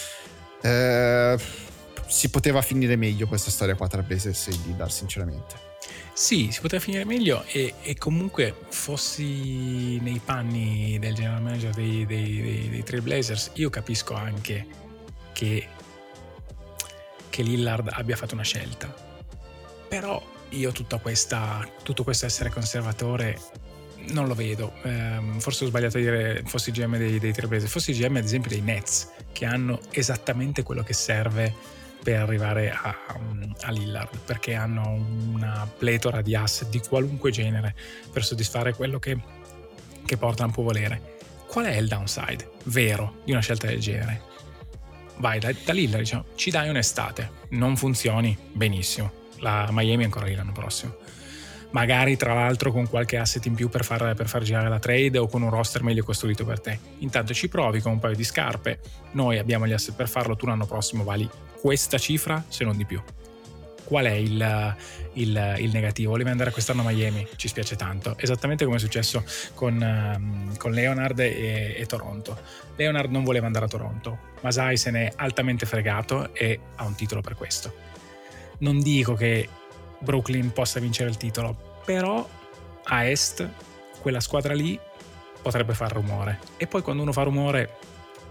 Si poteva finire meglio questa storia qua tra Blazers e Lillard, sinceramente. Sì, si poteva finire meglio, e comunque fossi nei panni del general manager dei Trail Blazers, io capisco anche che Lillard abbia fatto una scelta, però io tutto questo essere conservatore non lo vedo. Forse ho sbagliato a dire fossi GM dei Trail Blazers, fossi GM ad esempio dei Nets, che hanno esattamente quello che serve per arrivare a Lillard, perché hanno una pletora di asset di qualunque genere per soddisfare quello che Portland può volere. Qual è il downside vero di una scelta del genere? Vai da Lillard, diciamo, ci dai un'estate, non funzioni benissimo, la Miami è ancora lì l'anno prossimo, magari tra l'altro con qualche asset in più per far girare la trade, o con un roster meglio costruito per te. Intanto ci provi con un paio di scarpe, noi abbiamo gli asset per farlo, tu l'anno prossimo vali questa cifra se non di più. Qual è il negativo? Volevi andare quest'anno a Miami, ci spiace tanto, esattamente come è successo con Leonard e Toronto. Leonard non voleva andare a Toronto, Masai se ne è altamente fregato e ha un titolo per questo. Non dico che Brooklyn possa vincere il titolo, però a Est quella squadra lì potrebbe far rumore, e poi quando uno fa rumore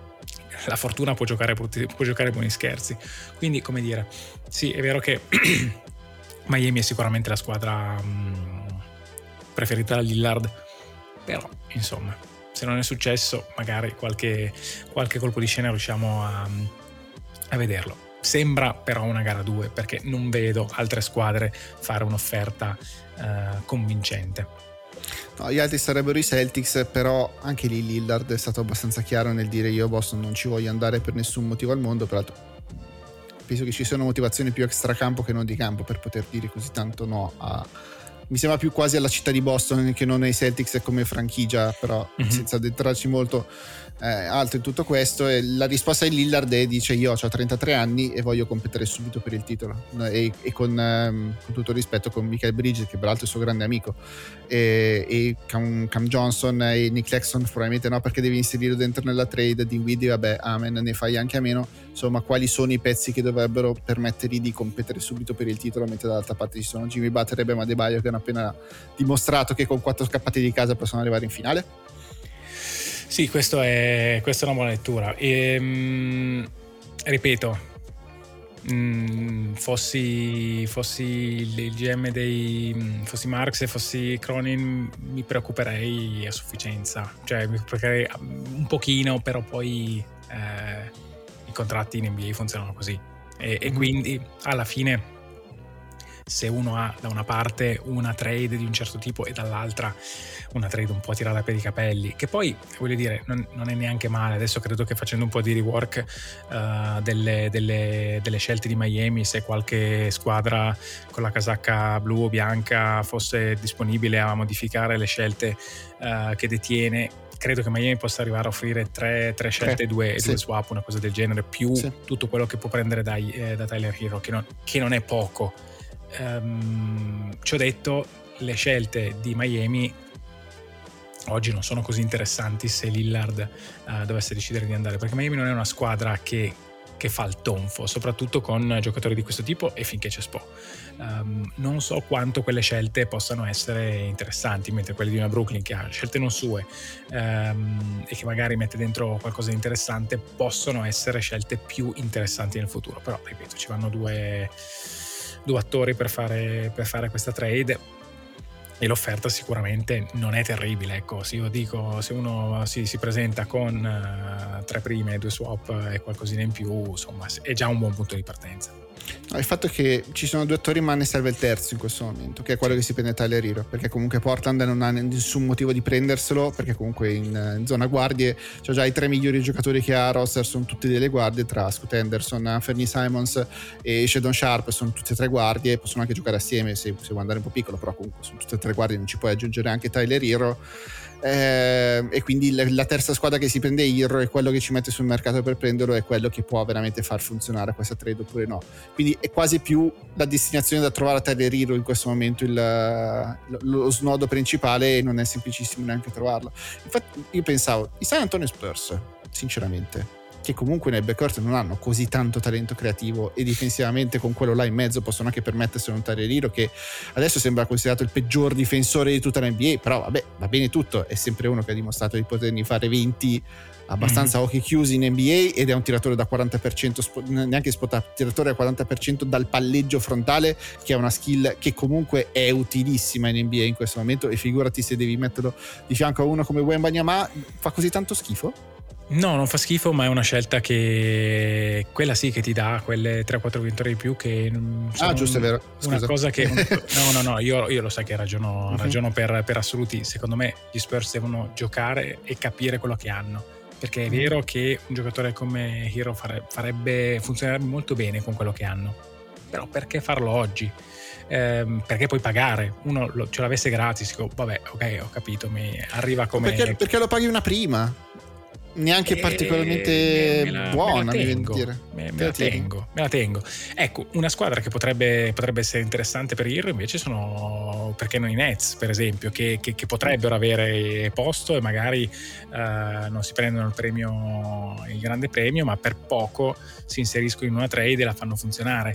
la fortuna può giocare buoni scherzi. Quindi, come dire, sì, è vero che Miami è sicuramente la squadra preferita da Lillard, però insomma, se non è successo, magari qualche colpo di scena riusciamo a vederlo. Sembra però una gara 2, perché non vedo altre squadre fare un'offerta convincente. No, gli altri sarebbero i Celtics, però anche lì Lillard è stato abbastanza chiaro nel dire: io a Boston non ci voglio andare per nessun motivo al mondo. Peraltro penso che ci siano motivazioni più extracampo che non di campo per poter dire così tanto no mi sembra più quasi alla città di Boston che non ai Celtics come franchigia, però senza addentrarci molto altro in tutto questo. E la risposta di Lillard dice: io ho 33 anni e voglio competere subito per il titolo, e con tutto il rispetto con Michael Bridges, che peraltro è il suo grande amico, e Cam Johnson e Nick Claxton probabilmente no, perché devi inserirlo dentro nella trade. Dinwiddie vabbè, amen, ne fai anche a meno. Insomma, quali sono i pezzi che dovrebbero permettergli di competere subito per il titolo, mentre dall'altra parte ci sono Jimmy Butler e Bam Adebayo, che hanno appena dimostrato che con 4 scappati di casa possono arrivare in finale? Sì, questa è una buona lettura. Ripeto, fossi il GM fossi Marks e fossi Cronin, mi preoccuperei a sufficienza, cioè mi preoccuperei un pochino, però poi i contratti in NBA funzionano così e quindi alla fine, se uno ha da una parte una trade di un certo tipo e dall'altra una trade un po' tirata per i capelli, che poi voglio dire non è neanche male. Adesso credo che facendo un po' di rework delle scelte di Miami, se qualche squadra con la casacca blu o bianca fosse disponibile a modificare le scelte che detiene, credo che Miami possa arrivare a offrire tre scelte e due swap, una cosa del genere, più tutto quello che può prendere da Tyler Hero, che non è poco. Ciò detto, le scelte di Miami oggi non sono così interessanti se Lillard dovesse decidere di andare, perché Miami non è una squadra che fa il tonfo, soprattutto con giocatori di questo tipo, e finché c'è Spo. Non so quanto quelle scelte possano essere interessanti, mentre quelle di una Brooklyn che ha scelte non sue e che magari mette dentro qualcosa di interessante possono essere scelte più interessanti nel futuro. Però ripeto, ci vanno due attori per fare questa trade, e l'offerta sicuramente non è terribile. Ecco, se io dico, se uno si presenta con 3 prime e 2 swap e qualcosina in più, insomma è già un buon punto di partenza. No, il fatto è che ci sono 2 attori ma ne serve il terzo in questo momento, che è quello che si prende Tyler Hero, perché comunque Portland non ha nessun motivo di prenderselo, perché comunque in zona guardie c'è già i 3 migliori giocatori che ha roster, sono tutti delle guardie, tra Scoot Henderson, Fernie Simons e Shadon Sharp, sono tutte e 3 guardie, possono anche giocare assieme se vuoi andare un po' piccolo, però comunque sono tutte e 3 guardie, non ci puoi aggiungere anche Tyler Hero. E quindi la terza squadra che si prende Hero è quello che ci mette sul mercato per prenderlo, è quello che può veramente far funzionare questa trade oppure no. Quindi è quasi più la destinazione da trovare a Tyler Hero in questo momento lo snodo principale, e non è semplicissimo neanche trovarlo. Infatti io pensavo i San Antonio Spurs, sinceramente, che comunque nel backcourt non hanno così tanto talento creativo, e difensivamente con quello là in mezzo possono anche permettersi un Tyler Hero che adesso sembra considerato il peggior difensore di tutta la NBA, però vabbè, va bene tutto, è sempre uno che ha dimostrato di poterni fare 20 abbastanza a occhi chiusi in NBA, ed è un tiratore da 40%, neanche spotato, tiratore da 40% dal palleggio frontale, che è una skill che comunque è utilissima in NBA in questo momento, e figurati se devi metterlo di fianco a uno come Wembanyama. Fa così tanto schifo? No, non fa schifo, ma è una scelta che quella sì che ti dà quelle 3-4 vittorie in più, che giusto, è vero. Scusa. Una cosa che no, io lo sai che ragiono per assoluti. Secondo me gli Spurs devono giocare e capire quello che hanno, perché è vero che un giocatore come Hero funzionerebbe molto bene con quello che hanno, però perché farlo oggi? Perché puoi pagare, uno ce l'avesse gratis, vabbè, ok, ho capito, mi arriva come perché lo paghi una prima, neanche particolarmente buona, me la tengo. Ecco, una squadra che potrebbe essere interessante per Hero invece sono, perché non i Nets per esempio, che potrebbero avere posto e magari non si prendono il grande premio, ma per poco si inseriscono in una trade e la fanno funzionare,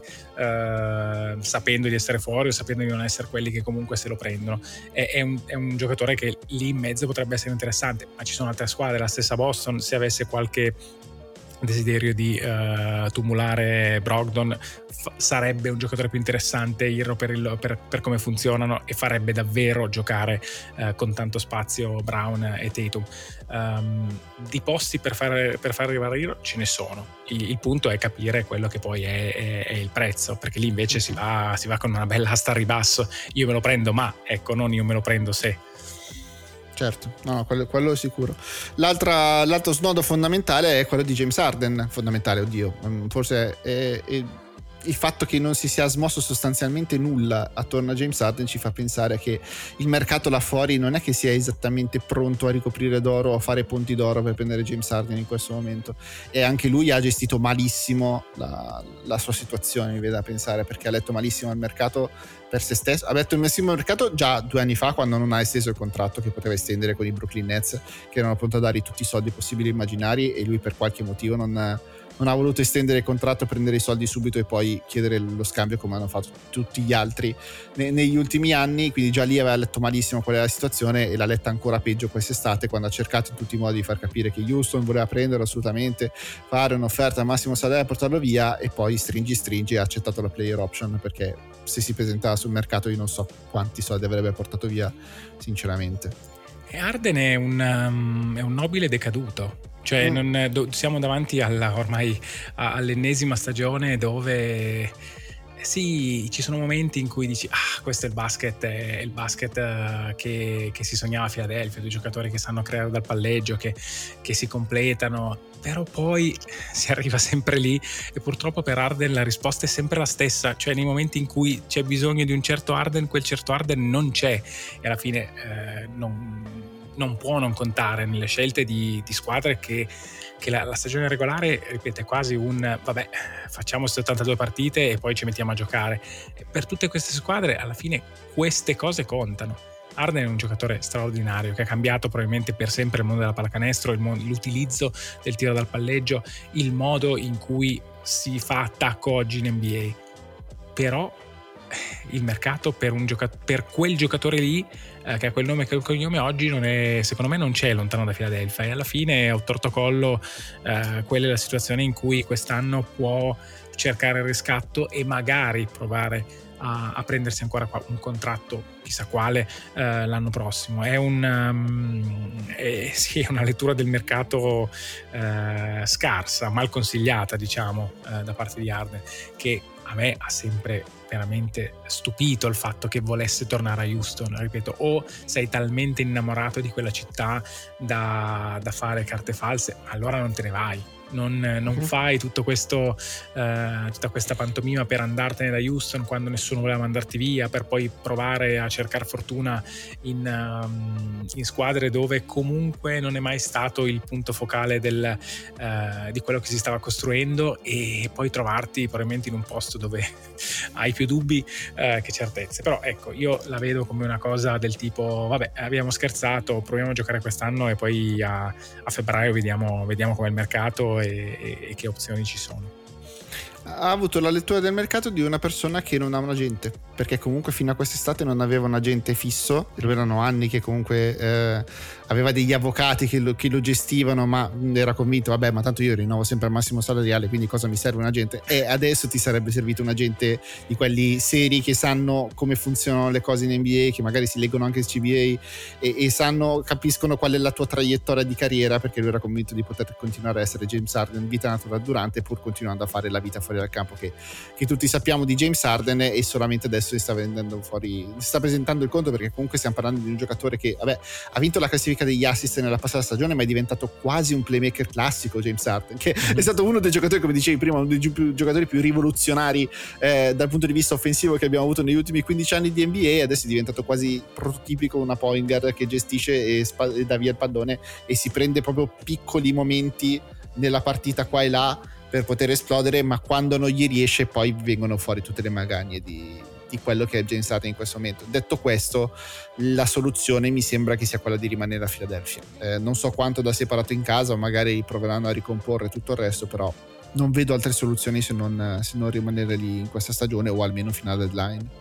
sapendo di essere fuori o sapendo di non essere quelli che comunque se lo prendono. È un giocatore che lì in mezzo potrebbe essere interessante, ma ci sono altre squadre, la stessa Boston, se avesse qualche desiderio di tumulare Brogdon, sarebbe un giocatore più interessante per come funzionano, e farebbe davvero giocare con tanto spazio Brown e Tatum. Di posti per far arrivare Hero ce ne sono, il punto è capire quello che poi è il prezzo, perché lì invece si va con una bella asta a ribasso. Io me lo prendo, ma ecco, non io me lo prendo se. Certo, no, quello è sicuro. L'altro snodo fondamentale è quello di James Harden. Fondamentale, oddio, forse è il fatto che non si sia smosso sostanzialmente nulla attorno a James Harden ci fa pensare che il mercato là fuori non è che sia esattamente pronto a ricoprire d'oro o a fare ponti d'oro per prendere James Harden in questo momento, e anche lui ha gestito malissimo la sua situazione, mi viene da pensare, perché ha letto malissimo il mercato per se stesso. Ha letto il massimo mercato già 2 anni fa, quando non ha esteso il contratto che poteva estendere con i Brooklyn Nets, che erano pronti a dargli tutti i soldi possibili e immaginari, e lui per qualche motivo non ha voluto estendere il contratto, prendere i soldi subito e poi chiedere lo scambio come hanno fatto tutti gli altri negli ultimi anni. Quindi già lì aveva letto malissimo qual è la situazione, e l'ha letta ancora peggio quest'estate, quando ha cercato in tutti i modi di far capire che Houston voleva prenderlo assolutamente, fare un'offerta al massimo salario e portarlo via, e poi stringi ha accettato la player option, perché se si presentava sul mercato io non so quanti soldi avrebbe portato via sinceramente. E Harden è un nobile decaduto. Cioè siamo davanti ormai all'ennesima stagione dove sì, ci sono momenti in cui dici questo è il basket che si sognava a Philadelphia, due giocatori che sanno creare dal palleggio, che si completano, però poi si arriva sempre lì, e purtroppo per Harden la risposta è sempre la stessa. Cioè nei momenti in cui c'è bisogno di un certo Harden, quel certo Harden non c'è, e alla fine non può non contare nelle scelte di squadre che la stagione regolare, ripeto, è quasi vabbè, facciamo 72 partite e poi ci mettiamo a giocare. E per tutte queste squadre alla fine queste cose contano. Harden è un giocatore straordinario che ha cambiato probabilmente per sempre il mondo della pallacanestro, l'utilizzo del tiro dal palleggio, il modo in cui si fa attacco oggi in NBA. Però il mercato per quel giocatore lì, che ha quel nome e quel cognome, oggi secondo me non c'è lontano da Philadelphia, e alla fine a torto collo quella è la situazione in cui quest'anno può cercare il riscatto e magari provare a prendersi ancora un contratto chissà quale l'anno prossimo. È una lettura del mercato scarsa, mal consigliata, diciamo, da parte di Harden, che a me ha sempre veramente stupito il fatto che volesse tornare a Houston. Ripeto, o sei talmente innamorato di quella città da fare carte false, allora non te ne vai. Non fai tutto questo, tutta questa pantomima per andartene da Houston quando nessuno voleva mandarti via, per poi provare a cercare fortuna in squadre dove comunque non è mai stato il punto focale di quello che si stava costruendo, e poi trovarti probabilmente in un posto dove hai più dubbi che certezze. Però ecco, io la vedo come una cosa del tipo vabbè, abbiamo scherzato, proviamo a giocare quest'anno e poi a febbraio vediamo com'è il mercato e che opzioni ci sono. Ha avuto la lettura del mercato di una persona che non ha un agente, perché comunque fino a quest'estate non aveva un agente fisso, erano anni che comunque aveva degli avvocati che lo gestivano, ma era convinto vabbè, ma tanto io rinnovo sempre al massimo salariale, quindi cosa mi serve un agente? E adesso ti sarebbe servito un agente di quelli seri, che sanno come funzionano le cose in NBA, che magari si leggono anche il CBA e capiscono qual è la tua traiettoria di carriera, perché lui era convinto di poter continuare a essere James Harden vita natural durante, pur continuando a fare la vita fuori dal campo che tutti sappiamo di James Harden, e solamente adesso si sta presentando il conto, perché comunque stiamo parlando di un giocatore che vabbè, ha vinto la classifica degli assist nella passata stagione, ma è diventato quasi un playmaker classico James Harden, che è stato uno dei giocatori, come dicevi prima, uno dei giocatori più rivoluzionari dal punto di vista offensivo che abbiamo avuto negli ultimi 15 anni di NBA, e adesso è diventato quasi prototipico una point guard che gestisce e dà via il pallone e si prende proprio piccoli momenti nella partita qua e là per poter esplodere, ma quando non gli riesce poi vengono fuori tutte le magagne di quello che è James Harden in questo momento. Detto questo, la soluzione mi sembra che sia quella di rimanere a Philadelphia. Non so quanto da separato in casa, o magari proveranno a ricomporre tutto il resto, però non vedo altre soluzioni se non rimanere lì in questa stagione, o almeno fino alla deadline.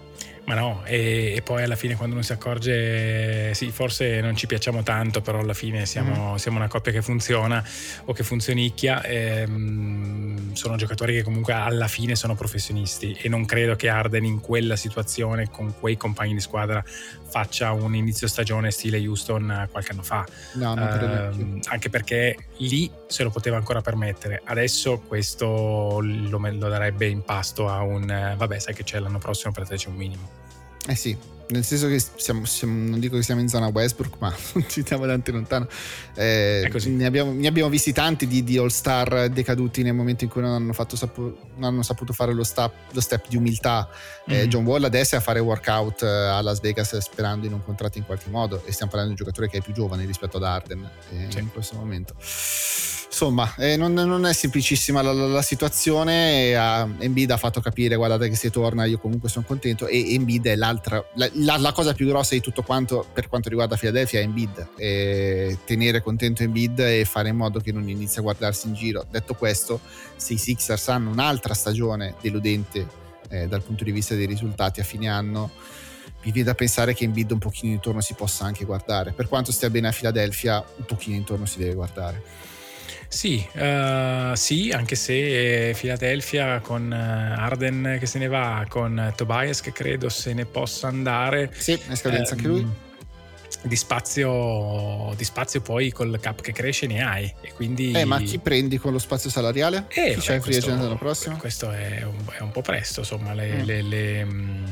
Ma no, e poi alla fine quando uno si accorge, sì, forse non ci piacciamo tanto, però alla fine siamo una coppia che funziona o che funzionicchia. Sono giocatori che comunque alla fine sono professionisti, e non credo che Harden in quella situazione con quei compagni di squadra faccia un inizio stagione stile Houston qualche anno fa. No, non credo. Anche perché lì se lo poteva ancora permettere. Adesso questo lo darebbe in pasto a un vabbè, sai che c'è l'anno prossimo, per te c'è un minimo. Eh sì, nel senso che siamo, non dico che siamo in zona Westbrook, ma non ci stiamo tanto lontano. È così. Ne abbiamo visti tanti di All-Star decaduti nel momento in cui non hanno saputo fare lo step di umiltà. John Wall adesso è a fare workout a Las Vegas sperando in un contratto in qualche modo, e stiamo parlando di un giocatore che è più giovane rispetto ad Harden in questo momento. Insomma, non è semplicissima la situazione. Embiid ha fatto capire: guardate che se torna io comunque sono contento, e Embiid è la cosa più grossa di tutto quanto per quanto riguarda Philadelphia è Embiid, e tenere contento Embiid e fare in modo che non inizi a guardarsi in giro. Detto questo, se i Sixers hanno un'altra stagione deludente dal punto di vista dei risultati a fine anno, mi viene da pensare che Embiid un pochino intorno si possa anche guardare. Per quanto stia bene a Philadelphia, un pochino intorno si deve guardare. Sì, anche se Philadelphia con Harden che se ne va, con Tobias che credo se ne possa andare. Sì, è scadenza anche lui. Di spazio poi col cap che cresce ne hai, e quindi ma chi prendi con lo spazio salariale? Chi c'è in free agent l'anno prossimo? Questo è un po' presto, insomma. Le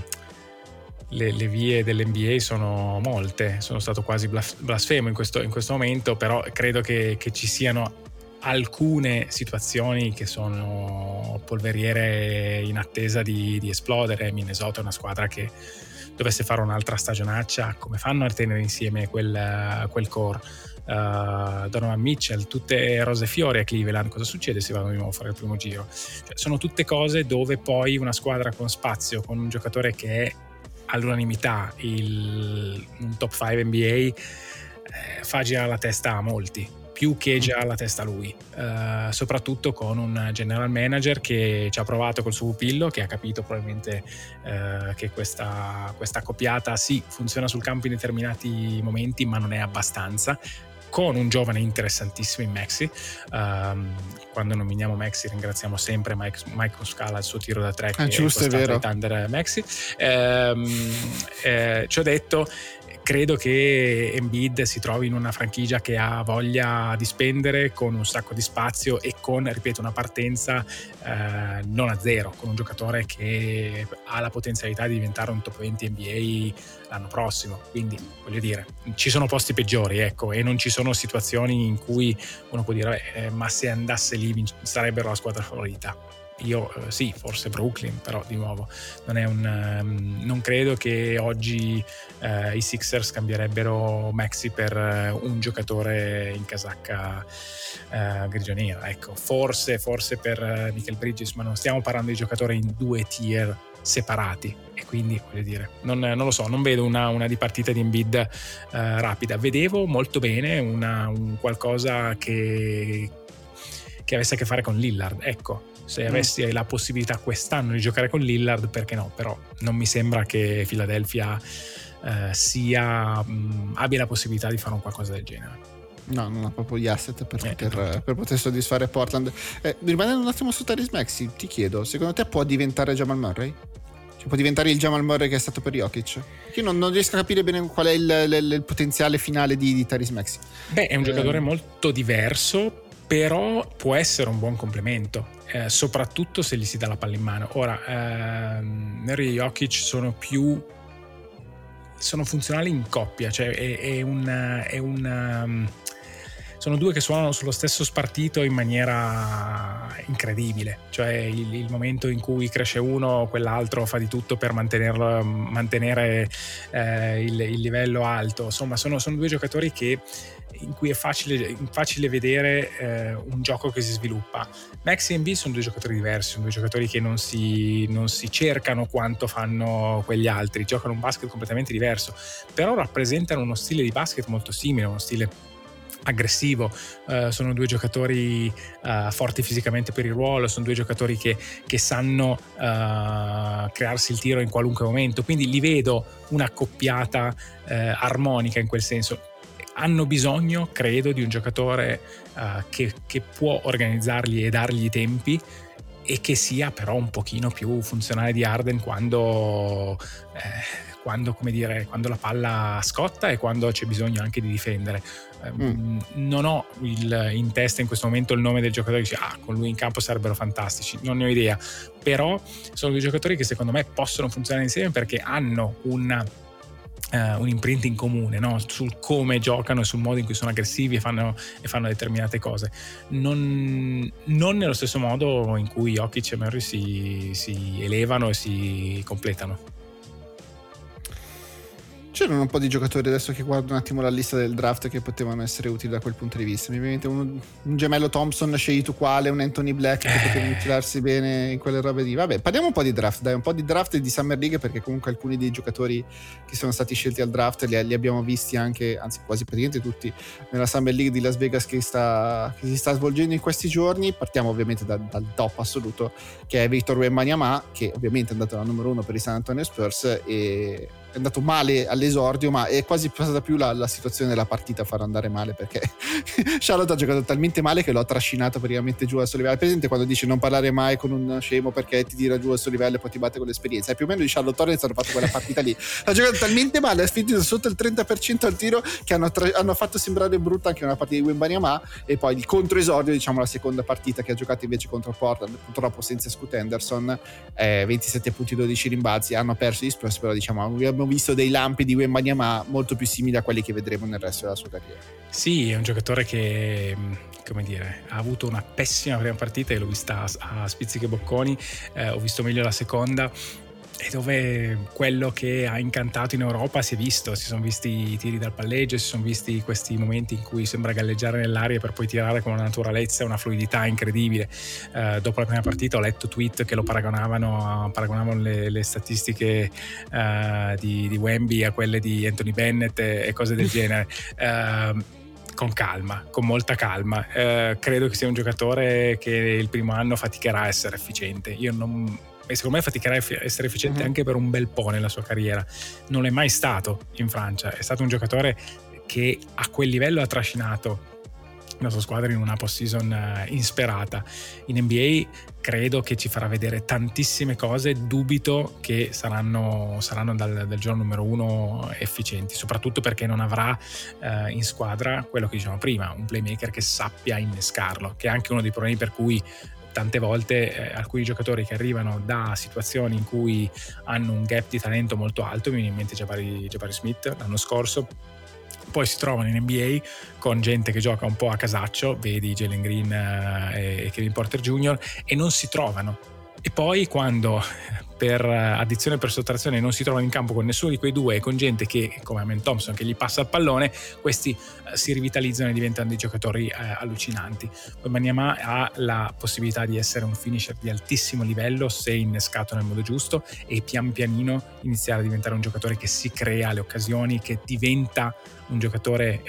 vie dell'NBA sono molte, sono stato quasi blasfemo in questo momento, però credo che ci siano alcune situazioni che sono polveriere in attesa di esplodere. Minnesota è una squadra che dovesse fare un'altra stagionaccia, come fanno a tenere insieme quel core? Donovan Mitchell, tutte rose e fiori a Cleveland. Cosa succede se vanno di nuovo a fare il primo giro? Cioè, sono tutte cose dove poi una squadra con spazio, con un giocatore che è all'unanimità un top 5 NBA, fa girare la testa a molti, più che già la testa a lui, soprattutto con un general manager che ci ha provato col suo pupillo, che ha capito probabilmente che questa accoppiata sì funziona sul campo in determinati momenti, ma non è abbastanza, con un giovane interessantissimo in Maxey. Quando nominiamo Maxey ringraziamo sempre Mike Muscala, il suo tiro da tre, che giusto, è vero. Thunder Maxey. Ciò detto, credo che Embiid si trovi in una franchigia che ha voglia di spendere, con un sacco di spazio e con, ripeto, una partenza non a zero, con un giocatore che ha la potenzialità di diventare un top 20 NBA l'anno prossimo. Quindi, voglio dire, ci sono posti peggiori, ecco, e non ci sono situazioni in cui uno può dire ma se andasse lì sarebbero la squadra favorita. Io sì, forse Brooklyn, però di nuovo non credo che oggi i Sixers cambierebbero Maxey per un giocatore in casacca grigia-nera. Ecco, forse per Michael Bridges, ma non stiamo parlando di giocatori in due tier separati, e quindi voglio dire, non lo so, non vedo una dipartita di Embiid rapida. Vedevo molto bene un qualcosa che avesse a che fare con Lillard, ecco. Se avessi la possibilità quest'anno di giocare con Lillard, perché no? Però non mi sembra che Philadelphia abbia la possibilità di fare un qualcosa del genere. No, non ha proprio gli asset per poter soddisfare Portland. Rimanendo un attimo su Tyrese Maxey, ti chiedo, secondo te può diventare Jamal Murray? Cioè, può diventare il Jamal Murray che è stato per Jokic? Io non riesco a capire bene qual è il potenziale finale di Tyrese Maxey. Beh, è un giocatore molto diverso, però può essere un buon complemento, soprattutto se gli si dà la palla in mano. Ora, Murray e Jokic sono funzionali in coppia, cioè sono due che suonano sullo stesso spartito in maniera incredibile, cioè il momento in cui cresce uno, quell'altro fa di tutto per mantenere il livello alto. Insomma, sono due giocatori in cui è facile vedere un gioco che si sviluppa. Maxey e Embiid sono due giocatori diversi, sono due giocatori che non si cercano quanto fanno quegli altri, giocano un basket completamente diverso, però rappresentano uno stile di basket molto simile, uno stile aggressivo, sono due giocatori forti fisicamente per il ruolo, sono due giocatori che sanno crearsi il tiro in qualunque momento, quindi li vedo una accoppiata armonica in quel senso. Hanno bisogno, credo, di un giocatore che può organizzarli e dargli i tempi, e che sia però un pochino più funzionale di Harden quando come dire, quando la palla scotta e quando c'è bisogno anche di difendere. Non ho in testa in questo momento il nome del giocatore che dice con lui in campo sarebbero fantastici, non ne ho idea, però sono due giocatori che secondo me possono funzionare insieme perché hanno un imprinting comune, no? Sul come giocano e sul modo in cui sono aggressivi e fanno determinate cose, non nello stesso modo in cui Jokic e Murray si elevano e si completano. C'erano un po' di giocatori, adesso che guardo un attimo la lista del draft, che potevano essere utili da quel punto di vista. Mi viene in mente un gemello Thompson scegliito quale, un Anthony Black che poteva infilarsi bene in quelle robe di... Vabbè, parliamo un po' di draft, dai, un po' di draft e di Summer League, perché comunque alcuni dei giocatori che sono stati scelti al draft li abbiamo visti anche, anzi quasi praticamente tutti, nella Summer League di Las Vegas che si sta svolgendo in questi giorni. Partiamo ovviamente dal top assoluto, che è Victor Wembanyama, che ovviamente è andato al numero 1 per i San Antonio Spurs e è andato male all'esordio, ma è quasi passata più la situazione della partita a farlo andare male, perché Charlotte ha giocato talmente male che lo ha trascinato praticamente giù al suo livello. Presente quando dice non parlare mai con un scemo perché ti tira giù al suo livello e poi ti batte con l'esperienza? È più o meno di Charlotte Hornets hanno fatto quella partita lì. Ha giocato talmente male, ha finito sotto il 30% al tiro, che hanno fatto sembrare brutta anche una partita di Wembanyama. E poi il controesordio, diciamo la seconda partita che ha giocato invece contro Portland, purtroppo senza Scoot Henderson, 27 punti 12 rimbalzi, hanno perso gli Spurs, però diciamo abbiamo visto dei lampi di Wembanyama molto più simili a quelli che vedremo nel resto della sua carriera. Sì, è un giocatore che, come dire, ha avuto una pessima prima partita e l'ho vista a spizzichi e bocconi, ho visto meglio la seconda, e dove quello che ha incantato in Europa si è visto, si sono visti i tiri dal palleggio, si sono visti questi momenti in cui sembra galleggiare nell'aria per poi tirare con una naturalezza e una fluidità incredibile. Dopo la prima partita ho letto tweet che lo paragonavano le statistiche di Wemby a quelle di Anthony Bennett e cose del genere. Con calma, con molta calma. Credo che sia un giocatore che il primo anno faticherà a essere efficiente. E secondo me faticherà a essere efficiente anche per un bel po' nella sua carriera. Non è mai stato in Francia, è stato un giocatore che a quel livello ha trascinato la sua squadra in una post-season insperata. In NBA credo che ci farà vedere tantissime cose, dubito che saranno dal giorno numero 1 efficienti, soprattutto perché non avrà in squadra quello che dicevamo prima, un playmaker che sappia innescarlo, che è anche uno dei problemi per cui tante volte alcuni giocatori che arrivano da situazioni in cui hanno un gap di talento molto alto, mi viene in mente Jabari Smith l'anno scorso, poi si trovano in NBA con gente che gioca un po' a casaccio, vedi Jalen Green e Kevin Porter Jr., e non si trovano. E poi quando per addizione e per sottrazione non si trovano in campo con nessuno di quei due e con gente che, come Amen Thompson, che gli passa il pallone, questi si rivitalizzano e diventano dei giocatori allucinanti. Wembanyama ha la possibilità di essere un finisher di altissimo livello se innescato nel modo giusto, e pian pianino iniziare a diventare un giocatore che si crea le occasioni, che diventa un giocatore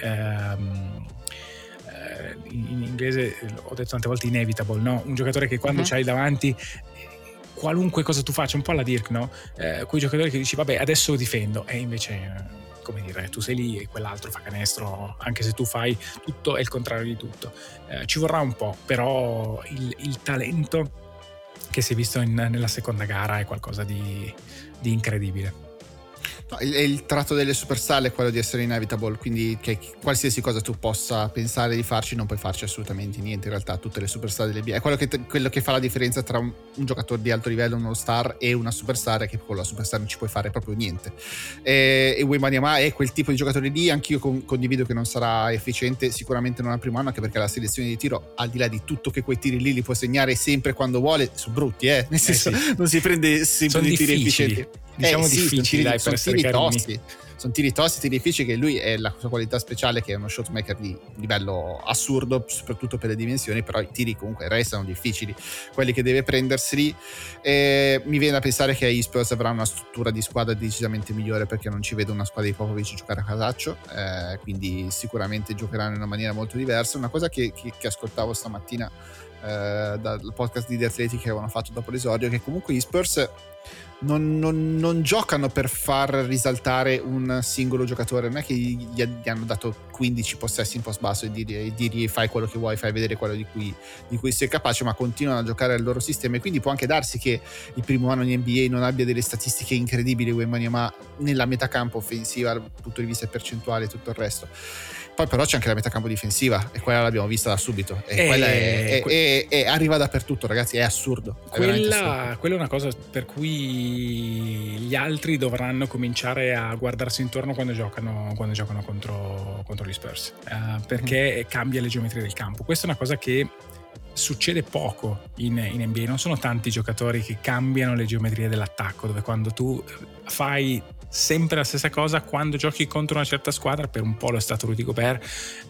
in inglese ho detto tante volte inevitable, no? Un giocatore che quando c'hai davanti, qualunque cosa tu faccia, un po' alla Dirk, no? Quei giocatori che dici vabbè adesso difendo, e invece come dire, tu sei lì e quell'altro fa canestro, anche se tu fai tutto e il contrario di tutto. Ci vorrà un po', però il talento che si è visto nella seconda gara è qualcosa di incredibile. No, il tratto delle superstar è quello di essere inevitable, quindi che qualsiasi cosa tu possa pensare di farci non puoi farci assolutamente niente. In realtà tutte le superstar delle NBA è quello che fa la differenza tra un giocatore di alto livello, uno star, e una superstar, che con la superstar non ci puoi fare proprio niente. E Wembanyama è quel tipo di giocatore lì. Anch'io condivido che non sarà efficiente sicuramente non al primo anno, anche perché la selezione di tiro, al di là di tutto che quei tiri lì li può segnare sempre quando vuole, sono brutti, nel senso sì. Non si prende sempre dei tiri efficienti. Diciamo difficili, dai, per essere carini. sono tiri tosti, tiri difficili, che lui è la sua qualità speciale, che è uno shotmaker di livello assurdo, soprattutto per le dimensioni, però i tiri comunque restano difficili, quelli che deve prenderseli. Mi viene da pensare che gli Spurs avranno una struttura di squadra decisamente migliore, perché non ci vedo una squadra di Popovich giocare a casaccio, quindi sicuramente giocheranno in una maniera molto diversa. Una cosa che ascoltavo stamattina dal podcast di The Athletic che avevano fatto dopo l'esordio, che comunque gli Spurs non giocano per far risaltare un singolo giocatore, non è che gli hanno dato 15 possessi in post basso e dirgli fai quello che vuoi, fai vedere quello di cui sei capace, ma continuano a giocare al loro sistema, e quindi può anche darsi che il primo anno in NBA non abbia delle statistiche incredibili Wembanyama nella metacampo offensiva dal punto di vista percentuale e tutto il resto. Poi però c'è anche la metacampo difensiva, e quella l'abbiamo vista da subito, e quella è arriva dappertutto, ragazzi, è assurdo. Quella è una cosa per cui gli altri dovranno cominciare a guardarsi intorno quando giocano contro gli Spurs, perché cambia le geometrie del campo. Questa è una cosa che succede poco in NBA, non sono tanti giocatori che cambiano le geometrie dell'attacco, dove quando tu fai sempre la stessa cosa, quando giochi contro una certa squadra, per un po' lo è stato Rudy Gobert,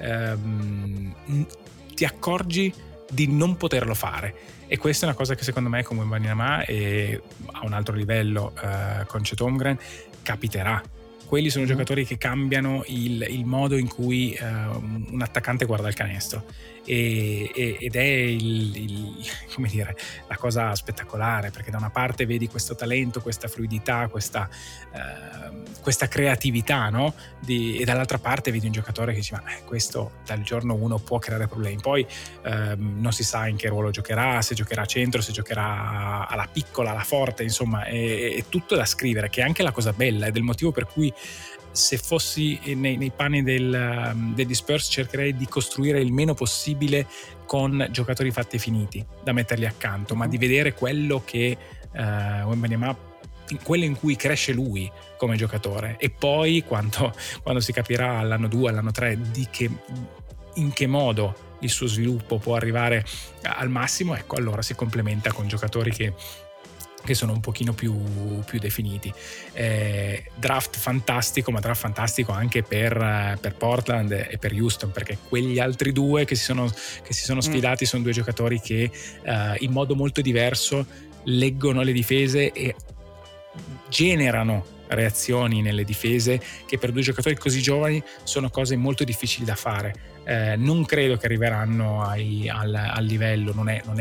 ti accorgi di non poterlo fare, e questa è una cosa che secondo me con Wembanyama e a un altro livello con Chet Holmgren capiterà. Quelli sono giocatori che cambiano il modo in cui un attaccante guarda il canestro, ed è come dire, la cosa spettacolare, perché da una parte vedi questo talento, questa fluidità, questa creatività, no? E dall'altra parte vedi un giocatore che dice ma questo dal giorno 1 può creare problemi. Poi non si sa in che ruolo giocherà, se giocherà a centro, se giocherà alla piccola, alla forte, insomma è tutto da scrivere, che è anche la cosa bella, ed è il motivo per cui se fossi nei panni degli Spurs cercherei di costruire il meno possibile con giocatori fatti e finiti da metterli accanto, ma di vedere quello che Wembanyama, quello in cui cresce lui come giocatore, e poi quando si capirà all'anno 2, all'anno 3 in che modo il suo sviluppo può arrivare al massimo, ecco, allora si complementa con giocatori che sono un pochino più definiti. Draft fantastico, ma draft fantastico anche per Portland e per Houston, perché quegli altri due che si sono sfidati sono due giocatori che in modo molto diverso leggono le difese e generano reazioni nelle difese, che per due giocatori così giovani sono cose molto difficili da fare. Non credo che arriveranno al livello, non è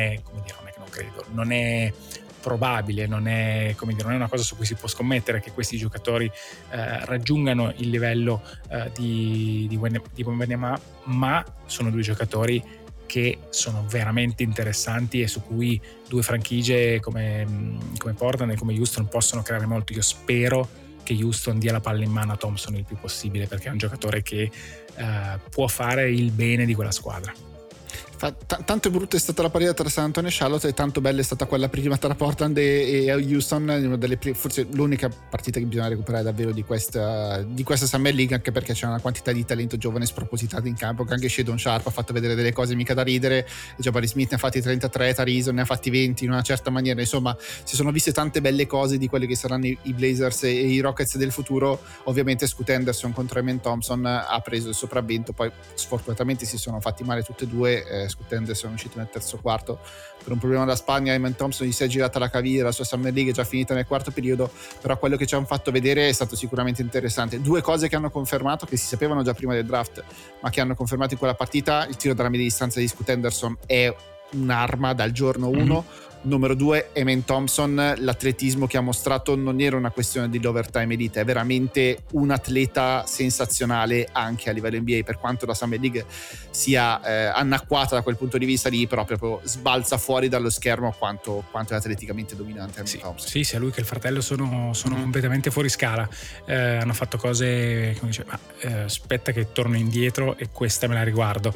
probabile, non è una cosa su cui si può scommettere che questi giocatori raggiungano il livello di Wembanyama, ma sono due giocatori che sono veramente interessanti e su cui due franchigie come Portland e come Houston possono creare molto. Io spero che Houston dia la palla in mano a Thompson il più possibile, perché è un giocatore che può fare il bene di quella squadra. Tanto brutta è stata la partita tra San Antonio e Charlotte, e tanto bella è stata quella prima tra Portland e Houston, forse l'unica partita che bisogna recuperare davvero di questa Summer League, anche perché c'è una quantità di talento giovane spropositata in campo, che anche Shadon Sharp ha fatto vedere delle cose mica da ridere, Jabari Smith ne ha fatti 33, Tarizo ne ha fatti 20 in una certa maniera, insomma si sono viste tante belle cose di quelli che saranno i Blazers e i Rockets del futuro. Ovviamente Scoot Henderson contro Amen Thompson ha preso il sopravvento, poi sfortunatamente si sono fatti male tutte e due. Scoot Henderson è uscito nel terzo quarto per un problema da Spagna, Amen Thompson gli si è girata la caviglia, la sua Summer League è già finita nel quarto periodo, però quello che ci hanno fatto vedere è stato sicuramente interessante. Due cose che hanno confermato, che si sapevano già prima del draft ma che hanno confermato in quella partita: il tiro dalla media distanza di Scoot Henderson è un'arma dal giorno 1. Numero 2, Amen Thompson, l'atletismo che ha mostrato non era una questione di l'overtime elite, è veramente un atleta sensazionale anche a livello NBA, per quanto la Summer League sia anacquata da quel punto di vista lì, però proprio sbalza fuori dallo schermo quanto è atleticamente dominante Amen Thompson. Sì, sia lui che il fratello sono completamente fuori scala, hanno fatto cose come dice, aspetta che torno indietro e questa me la riguardo,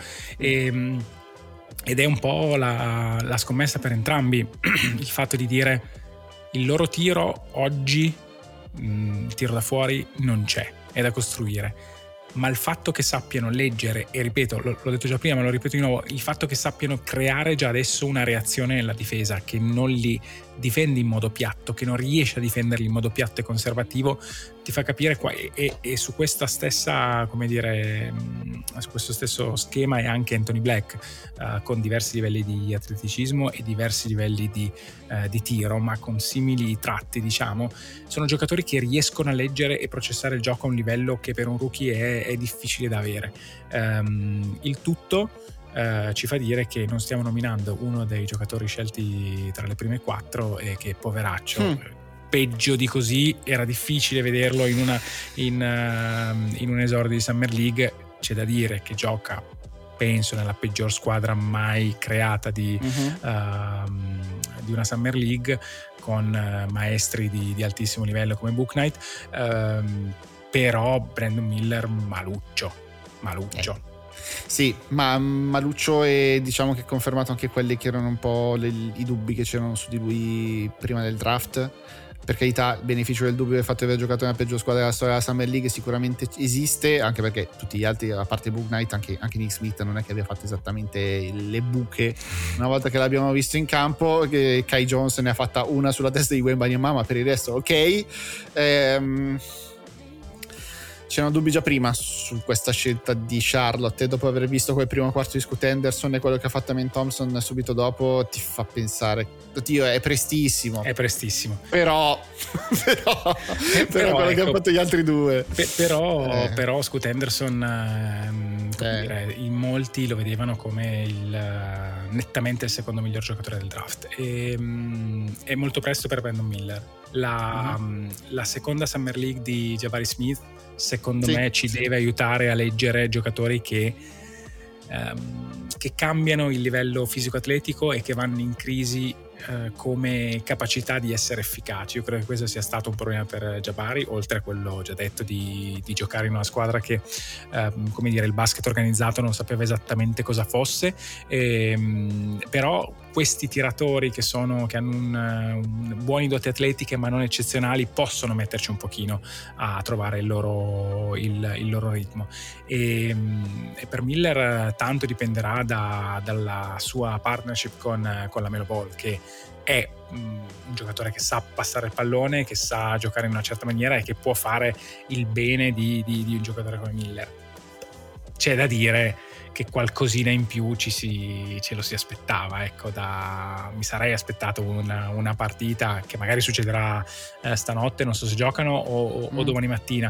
ed è un po' la scommessa per entrambi il fatto di dire il loro tiro oggi, il tiro da fuori non c'è, è da costruire, ma il fatto che sappiano leggere, e ripeto, l'ho detto già prima ma lo ripeto di nuovo, il fatto che sappiano creare già adesso una reazione nella difesa che non li difende in modo piatto, che non riesce a difenderli in modo piatto e conservativo, ti fa capire e su questa stessa, come dire, su questo stesso schema è anche Anthony Black, con diversi livelli di atleticismo e diversi livelli di tiro, ma con simili tratti, diciamo. Sono giocatori che riescono a leggere e processare il gioco a un livello che per un rookie è difficile da avere. Il tutto ci fa dire che non stiamo nominando uno dei giocatori scelti tra le prime 4 e che poveraccio, peggio di così era difficile vederlo in un esordio di Summer League. C'è da dire che gioca, penso, nella peggior squadra mai creata di una Summer League, con maestri di altissimo livello come Bouknight, però Brandon Miller maluccio. Sì, ma maluccio, e diciamo che ha confermato anche quelli che erano un po' i dubbi che c'erano su di lui prima del draft. Per carità, il beneficio del dubbio del fatto di aver giocato nella peggior squadra della storia della Summer League sicuramente esiste, anche perché tutti gli altri, a parte Bouknight, anche Nick Smith non è che abbia fatto esattamente le buche una volta che l'abbiamo visto in campo. Kai Jones ne ha fatta una sulla testa di Wembanyama, ma per il resto ok. C'erano dubbi già prima su questa scelta di Charlotte, e dopo aver visto quel primo quarto di Scoot Henderson e quello che ha fatto Amen Thompson subito dopo, ti fa pensare, oddio, è prestissimo, però quello che hanno fatto gli altri due, però Scoot Henderson, in molti lo vedevano come nettamente il secondo miglior giocatore del draft, e è molto presto per Brandon Miller. La seconda Summer League di Jabari Smith secondo me ci deve aiutare a leggere giocatori che cambiano il livello fisico-atletico e che vanno in crisi come capacità di essere efficaci. Io credo che questo sia stato un problema per Jabari, oltre a quello già detto di giocare in una squadra che come dire, il basket organizzato non sapeva esattamente cosa fosse, però questi tiratori che hanno buoni doti atletiche ma non eccezionali possono metterci un pochino a trovare il loro ritmo, e per Miller tanto dipenderà dalla sua partnership con la Melo Ball, che è un giocatore che sa passare il pallone, che sa giocare in una certa maniera e che può fare il bene di un giocatore come Miller. C'è da dire che qualcosina in più ce lo si aspettava, ecco. Mi sarei aspettato una partita che magari succederà stanotte, non so se giocano, o domani mattina,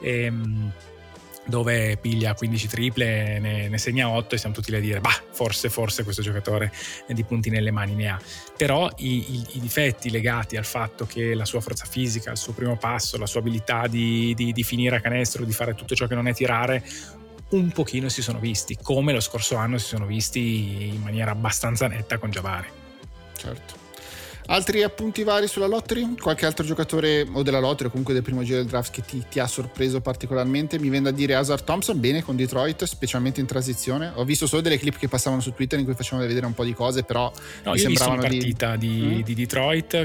dove piglia 15 triple, ne segna 8 e siamo tutti lì a dire forse questo giocatore di punti nelle mani ne ha. Però i difetti legati al fatto che la sua forza fisica, il suo primo passo, la sua abilità di finire a canestro, di fare tutto ciò che non è tirare, un pochino si sono visti, come lo scorso anno si sono visti in maniera abbastanza netta con Jabari. Certo. Altri appunti vari sulla lottery? Qualche altro giocatore o della lottery o comunque del primo giro del draft che ti ha sorpreso particolarmente? Mi viene da dire Ausar Thompson, bene con Detroit, specialmente in transizione. Ho visto solo delle clip che passavano su Twitter in cui facevano vedere un po' di cose, però io ho visto una partita di Detroit,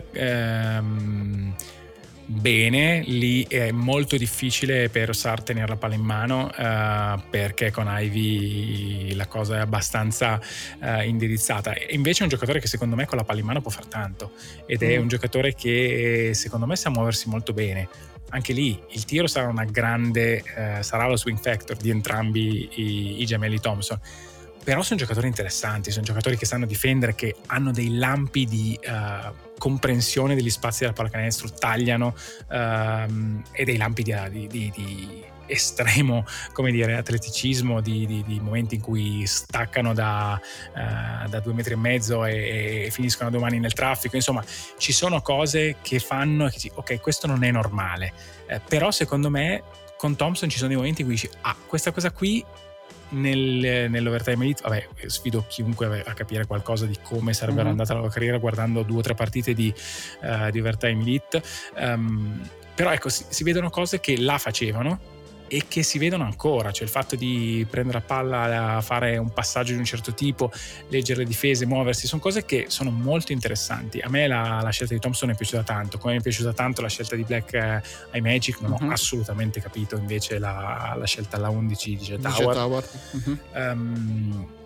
bene. Lì è molto difficile per Ausar tenere la palla in mano, perché con Ivy la cosa è abbastanza indirizzata, e invece è un giocatore che secondo me con la palla in mano può far tanto, ed è un giocatore che secondo me sa muoversi molto bene. Anche lì il tiro sarà sarà lo swing factor di entrambi i gemelli Thompson, però sono giocatori interessanti, sono giocatori che sanno difendere, che hanno dei lampi di comprensione degli spazi della pallacanestro, tagliano, e dei lampi di estremo, come dire, atleticismo, di momenti in cui staccano da 2 metri e mezzo e finiscono a 2 mani nel traffico. Insomma, ci sono cose che fanno che ok, questo non è normale, però secondo me con Thompson ci sono dei momenti in cui dici questa cosa qui nell'overtime elite, sfido chiunque a capire qualcosa di come sarebbe andata la loro carriera guardando 2 o 3 partite di overtime elite, però ecco, si vedono cose che là facevano e che si vedono ancora, cioè il fatto di prendere la palla, fare un passaggio di un certo tipo, leggere le difese, muoversi, sono cose che sono molto interessanti. A me la scelta di Thompson è piaciuta tanto, come mi è piaciuta tanto la scelta di Black ai Magic. Non ho assolutamente capito invece la scelta alla 11 di Jet Howard.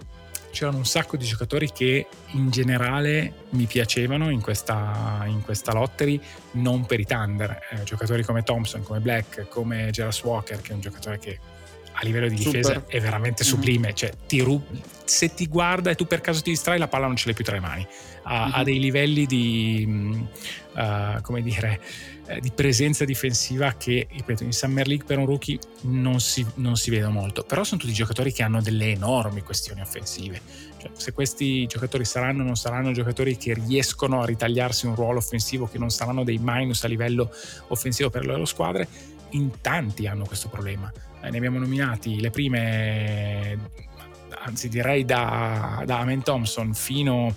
c'erano un sacco di giocatori che in generale mi piacevano in questa lottery, non per i Thunder, giocatori come Thompson, come Black, come Jarvis Walker, che è un giocatore che a livello di difesa è veramente sublime, cioè se ti guarda e tu per caso ti distrai, la palla non ce l'hai più tra le mani, ha dei livelli di come dire, di presenza difensiva che, ripeto, in Summer League per un rookie non si vedono molto, però sono tutti giocatori che hanno delle enormi questioni offensive, cioè, se questi giocatori saranno o non saranno giocatori che riescono a ritagliarsi un ruolo offensivo, che non saranno dei minus a livello offensivo per le loro squadre, in tanti hanno questo problema. Ne abbiamo nominati le prime, anzi direi da Amen Thompson fino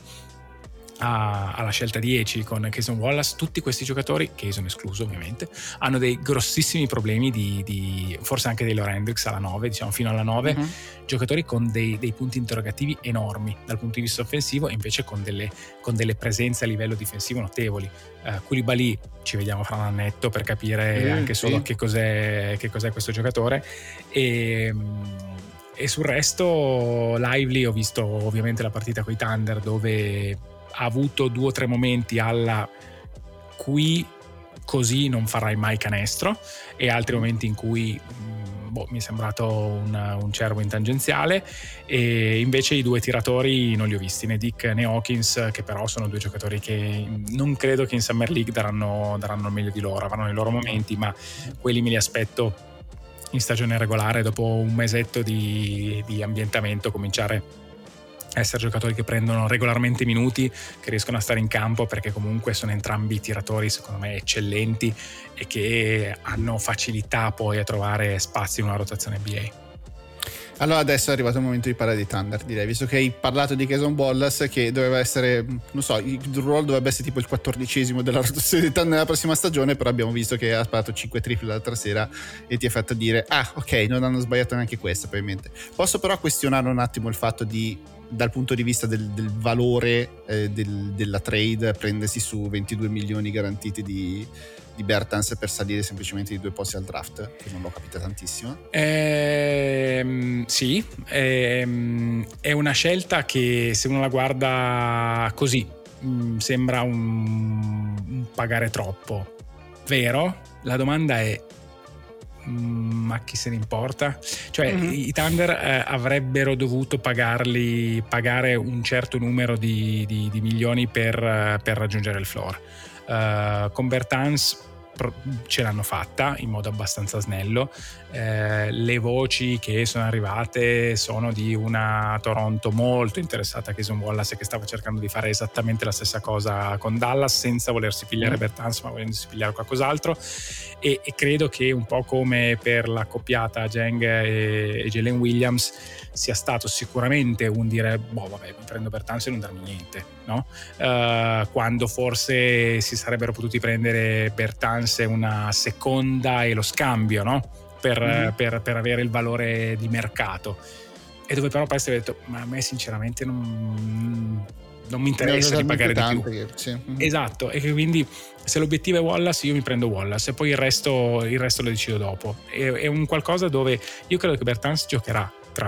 alla scelta 10 con Cason Wallace. Tutti questi giocatori, Cason escluso ovviamente, hanno dei grossissimi problemi di forse anche dei Laura Hendricks alla 9, diciamo fino alla 9, giocatori con dei punti interrogativi enormi dal punto di vista offensivo, e invece con delle presenze a livello difensivo notevoli. Koulibaly ci vediamo fra un annetto per capire anche solo che cos'è questo giocatore, e sul resto Lively, ho visto ovviamente la partita con i Thunder dove ha avuto 2 o 3 momenti alla qui così non farai mai canestro, e altri momenti in cui mi è sembrato un cervo in tangenziale, e invece i 2 tiratori non li ho visti, né Dick né Hawkins, che però sono 2 giocatori che non credo che in Summer League daranno il meglio di loro, avranno i loro momenti, ma quelli me li aspetto in stagione regolare, dopo un mesetto di ambientamento, cominciare a essere giocatori che prendono regolarmente minuti, che riescono a stare in campo, perché comunque sono entrambi tiratori secondo me eccellenti e che hanno facilità poi a trovare spazi in una rotazione NBA. Allora adesso è arrivato il momento di parlare di Thunder, direi, visto che hai parlato di Cason Wallace, che doveva essere, non so, il ruolo dovrebbe essere tipo il 14° della rotazione di Thunder nella prossima stagione, però abbiamo visto che ha sparato 5 triple l'altra sera e ti ha fatto dire ok, non hanno sbagliato neanche questa probabilmente. Posso però questionare un attimo il fatto dal punto di vista del valore della trade, prendersi su 22 milioni garantiti di Bertans per salire semplicemente di 2 posti al draft, che non l'ho capita tantissimo. Sì, è una scelta che, se uno la guarda così, sembra un pagare troppo, vero? La domanda è: ma chi se ne importa? Cioè i Thunder avrebbero dovuto pagare un certo numero di milioni per raggiungere il floor. Con Bertans ce l'hanno fatta in modo abbastanza snello. Le voci che sono arrivate sono di una Toronto molto interessata a Cason Wallace, che stava cercando di fare esattamente la stessa cosa con Dallas, senza volersi pigliare Bertans ma volendosi pigliare qualcos'altro, e credo che un po' come per la coppiata Jeng e Jalen Williams sia stato sicuramente un dire vabbè, mi prendo Bertans e non darmi niente, no? Quando forse si sarebbero potuti prendere Bertans e una seconda e lo scambio, no? Per avere il valore di mercato, e dove però poi si è detto: ma a me sinceramente non mi interessa di pagare di più. Esatto, e che quindi se l'obiettivo è Wallace, io mi prendo Wallace e poi il resto lo decido dopo. È un qualcosa dove io credo che Bertans giocherà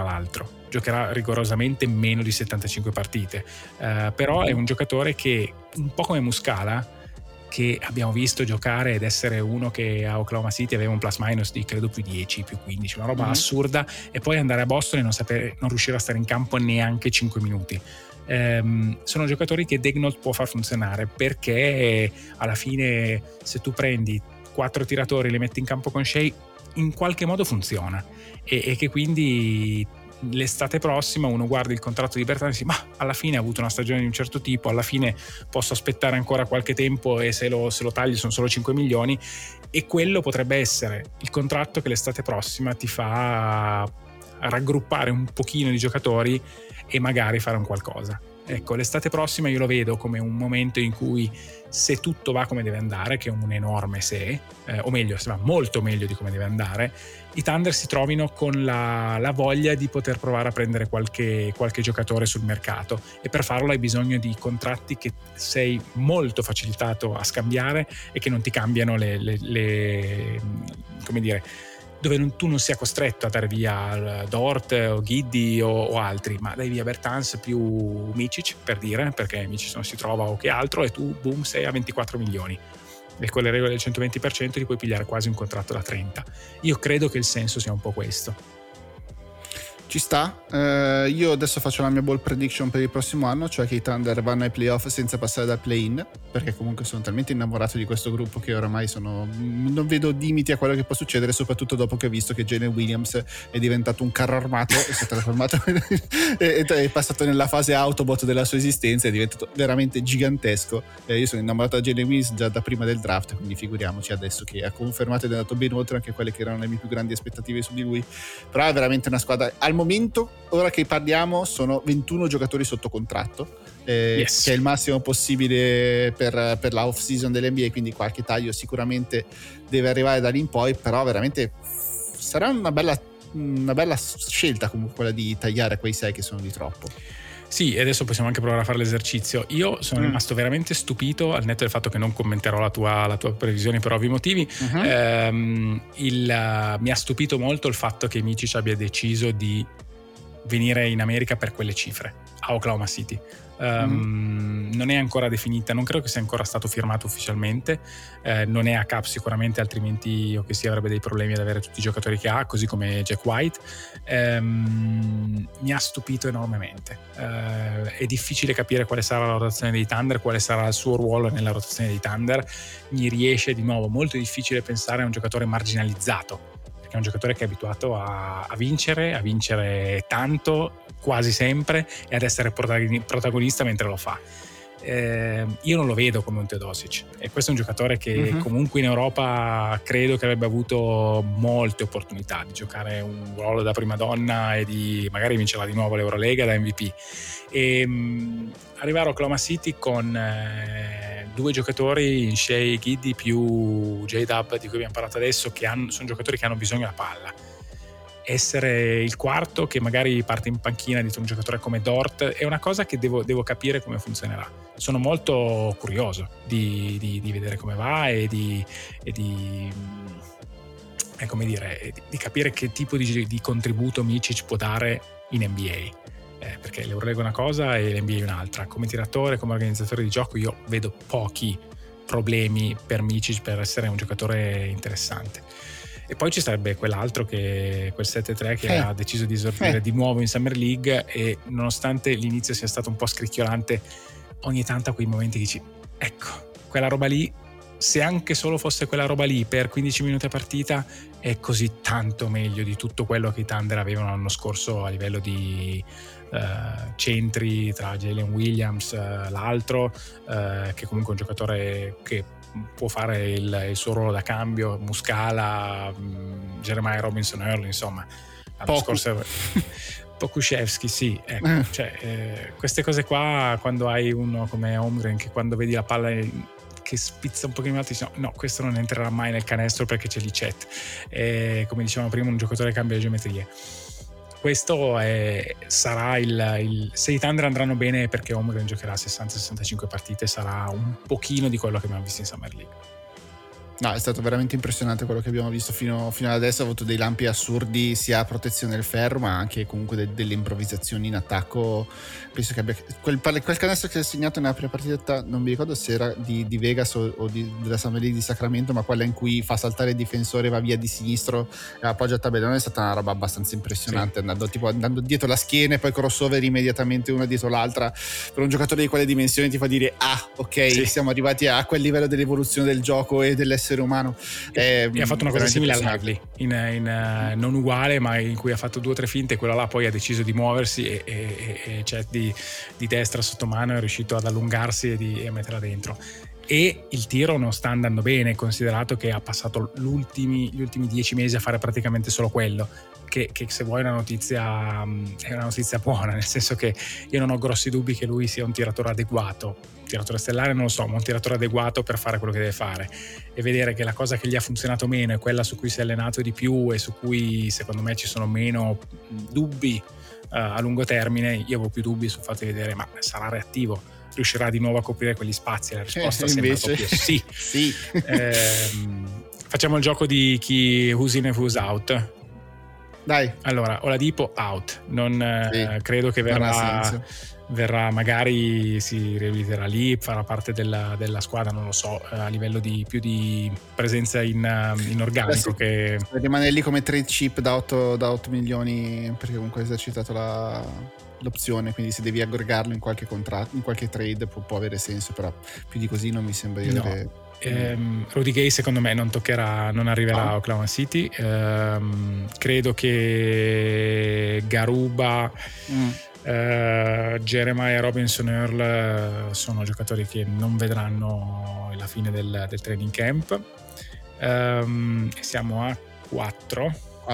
rigorosamente meno di 75 partite, però è un giocatore che, un po' come Muscala, che abbiamo visto giocare ed essere uno che a Oklahoma City aveva un plus minus di credo più 10, più 15, una roba assurda, e poi andare a Boston e non riuscire a stare in campo neanche 5 minuti. Sono giocatori che Daigneault può far funzionare, perché alla fine se tu prendi 4 tiratori e li metti in campo con Shea, in qualche modo funziona, e che quindi l'estate prossima uno guarda il contratto di Bertans e dice: ma alla fine ha avuto una stagione di un certo tipo, alla fine posso aspettare ancora qualche tempo, e se lo tagli sono solo 5 milioni, e quello potrebbe essere il contratto che l'estate prossima ti fa raggruppare un pochino di giocatori e magari fare un qualcosa. Ecco, l'estate prossima io lo vedo come un momento in cui, se tutto va come deve andare, che è un enorme se, o meglio, se va molto meglio di come deve andare, i Thunder si trovino con la voglia di poter provare a prendere qualche giocatore sul mercato, e per farlo hai bisogno di contratti che sei molto facilitato a scambiare e che non ti cambiano come dire, dove tu non sia costretto a dare via Dort o Giddey o altri, ma dai via Bertans più Micic, per dire, perché Micic non si trova o che altro, e tu boom sei a 24 milioni e con le regole del 120% ti puoi pigliare quasi un contratto da 30. Io credo che il senso sia un po' questo. Ci sta. Io adesso faccio la mia ball prediction per il prossimo anno, cioè che i Thunder vanno ai playoff senza passare dal play-in, perché comunque sono talmente innamorato di questo gruppo che oramai non vedo limiti a quello che può succedere, soprattutto dopo che ho visto che Jalen Williams è diventato un carro armato, è stato trasformato è passato nella fase Autobot della sua esistenza, è diventato veramente gigantesco. Io sono innamorato da Jalen Williams già da prima del draft, quindi figuriamoci adesso che ha confermato ed è andato ben oltre anche quelle che erano le mie più grandi aspettative su di lui. Però è veramente una squadra. Al momento, ora che parliamo, sono 21 giocatori sotto contratto, Yes. che è il massimo possibile per la off season dell'NBA, quindi qualche taglio sicuramente deve arrivare da lì in poi, però veramente sarà una bella scelta comunque quella di tagliare quei 6 che sono di troppo. Sì, e adesso possiamo anche provare a fare l'esercizio. Io sono rimasto veramente stupito, al netto del fatto che non commenterò la tua previsione per ovvi motivi. Mi ha stupito molto il fatto che Micic abbia deciso di venire in America per quelle cifre a Oklahoma City. Non è ancora definita, non credo che sia ancora stato firmato ufficialmente, non è a cap sicuramente, altrimenti OKC avrebbe dei problemi ad avere tutti i giocatori che ha, così come Jack White. Mi ha stupito enormemente. È difficile capire quale sarà la rotazione dei Thunder, quale sarà il suo ruolo nella rotazione dei Thunder. Mi riesce di nuovo molto difficile pensare a un giocatore marginalizzato, perché è un giocatore che è abituato a vincere tanto, quasi sempre, e ad essere protagonista mentre lo fa. Io non lo vedo come un Teodosic, e questo è un giocatore che comunque in Europa credo che avrebbe avuto molte opportunità di giocare un ruolo da prima donna e di magari vincerla di nuovo l'Eurolega da MVP. Arrivare a Oklahoma City con 2 giocatori in Shea Giddey più J-Dub, di cui abbiamo parlato adesso, che sono giocatori che hanno bisogno della palla. Essere il quarto che magari parte in panchina dietro un giocatore come Dort è una cosa che devo capire come funzionerà. Sono molto curioso di vedere come va e di capire che tipo di contributo Micic può dare in NBA. Perché l'Eurolega è una cosa e l'NBA è un'altra. Come tiratore, come organizzatore di gioco, io vedo pochi problemi per Micic per essere un giocatore interessante. E poi ci sarebbe quell'altro, quel 7-3 che ha deciso di esordire di nuovo in Summer League, e nonostante l'inizio sia stato un po' scricchiolante, ogni tanto a quei momenti dici, ecco, quella roba lì, se anche solo fosse quella roba lì per 15 minuti a partita, è così tanto meglio di tutto quello che i Thunder avevano l'anno scorso a livello di centri, tra Jalen Williams, l'altro, che comunque è un giocatore che può fare il suo ruolo da cambio, Muscala, Jeremiah Robinson Earl, insomma l'anno scorso Pokusevski, sì, ecco. Queste cose qua, quando hai uno come Holmgren che quando vedi la palla che spizza un pochino alto, dici, no, questo non entrerà mai nel canestro perché c'è Licet, come dicevamo prima, un giocatore che cambia le geometrie. Questo sarà se i Thunder andranno bene, perché Holmgren giocherà 60-65 partite, sarà un pochino di quello che abbiamo visto in Summer League. No, è stato veramente impressionante quello che abbiamo visto fino ad adesso. Ha avuto dei lampi assurdi sia a protezione del ferro, ma anche comunque delle improvvisazioni in attacco. Penso che abbia quel canestro che ha segnato nella prima partita, non mi ricordo se era di Vegas o della Summer League di Sacramento, ma quella in cui fa saltare il difensore, va via di sinistro e appoggia a tabellone, è stata una roba abbastanza impressionante, sì. andando dietro la schiena e poi crossover immediatamente una dietro l'altra. Per un giocatore di quelle dimensioni ti fa dire ok, sì, siamo arrivati a quel livello dell'evoluzione del gioco e dell'essere umano. E ha fatto una cosa simile a Lively, non uguale, ma in cui ha fatto 2 o 3 finte, quella là poi ha deciso di muoversi e cioè di destra sotto mano è riuscito ad allungarsi e a metterla dentro. E il tiro non sta andando bene, considerato che ha passato gli ultimi 10 mesi a fare praticamente solo quello, che se vuoi è una notizia buona, nel senso che io non ho grossi dubbi che lui sia un tiratore adeguato. Tiratore stellare non lo so, ma un tiratore adeguato per fare quello che deve fare. E vedere che la cosa che gli ha funzionato meno è quella su cui si è allenato di più e su cui secondo me ci sono meno dubbi a lungo termine. Io avevo più dubbi sul fatto di vedere, ma sarà reattivo, riuscirà di nuovo a coprire quegli spazi? La risposta sembra proprio sì. Sì. Facciamo il gioco di chi who's in e who's out. Dai. Allora, Oladipo out. Non Sì, credo che non ha senso. verrà, magari si riabiliterà lì, farà parte della squadra, non lo so, a livello di più di presenza in organico. Che rimane lì come trade chip da 8 milioni, perché comunque ha esercitato l'opzione, quindi se devi aggregarlo in qualche contratto, in qualche trade può avere senso, però più di così non mi sembra di avere. Rudy Gay secondo me non arriverà a Oklahoma City. Credo che Garuba, Jeremiah Robinson Earl sono giocatori che non vedranno la fine del training camp. Siamo a 4.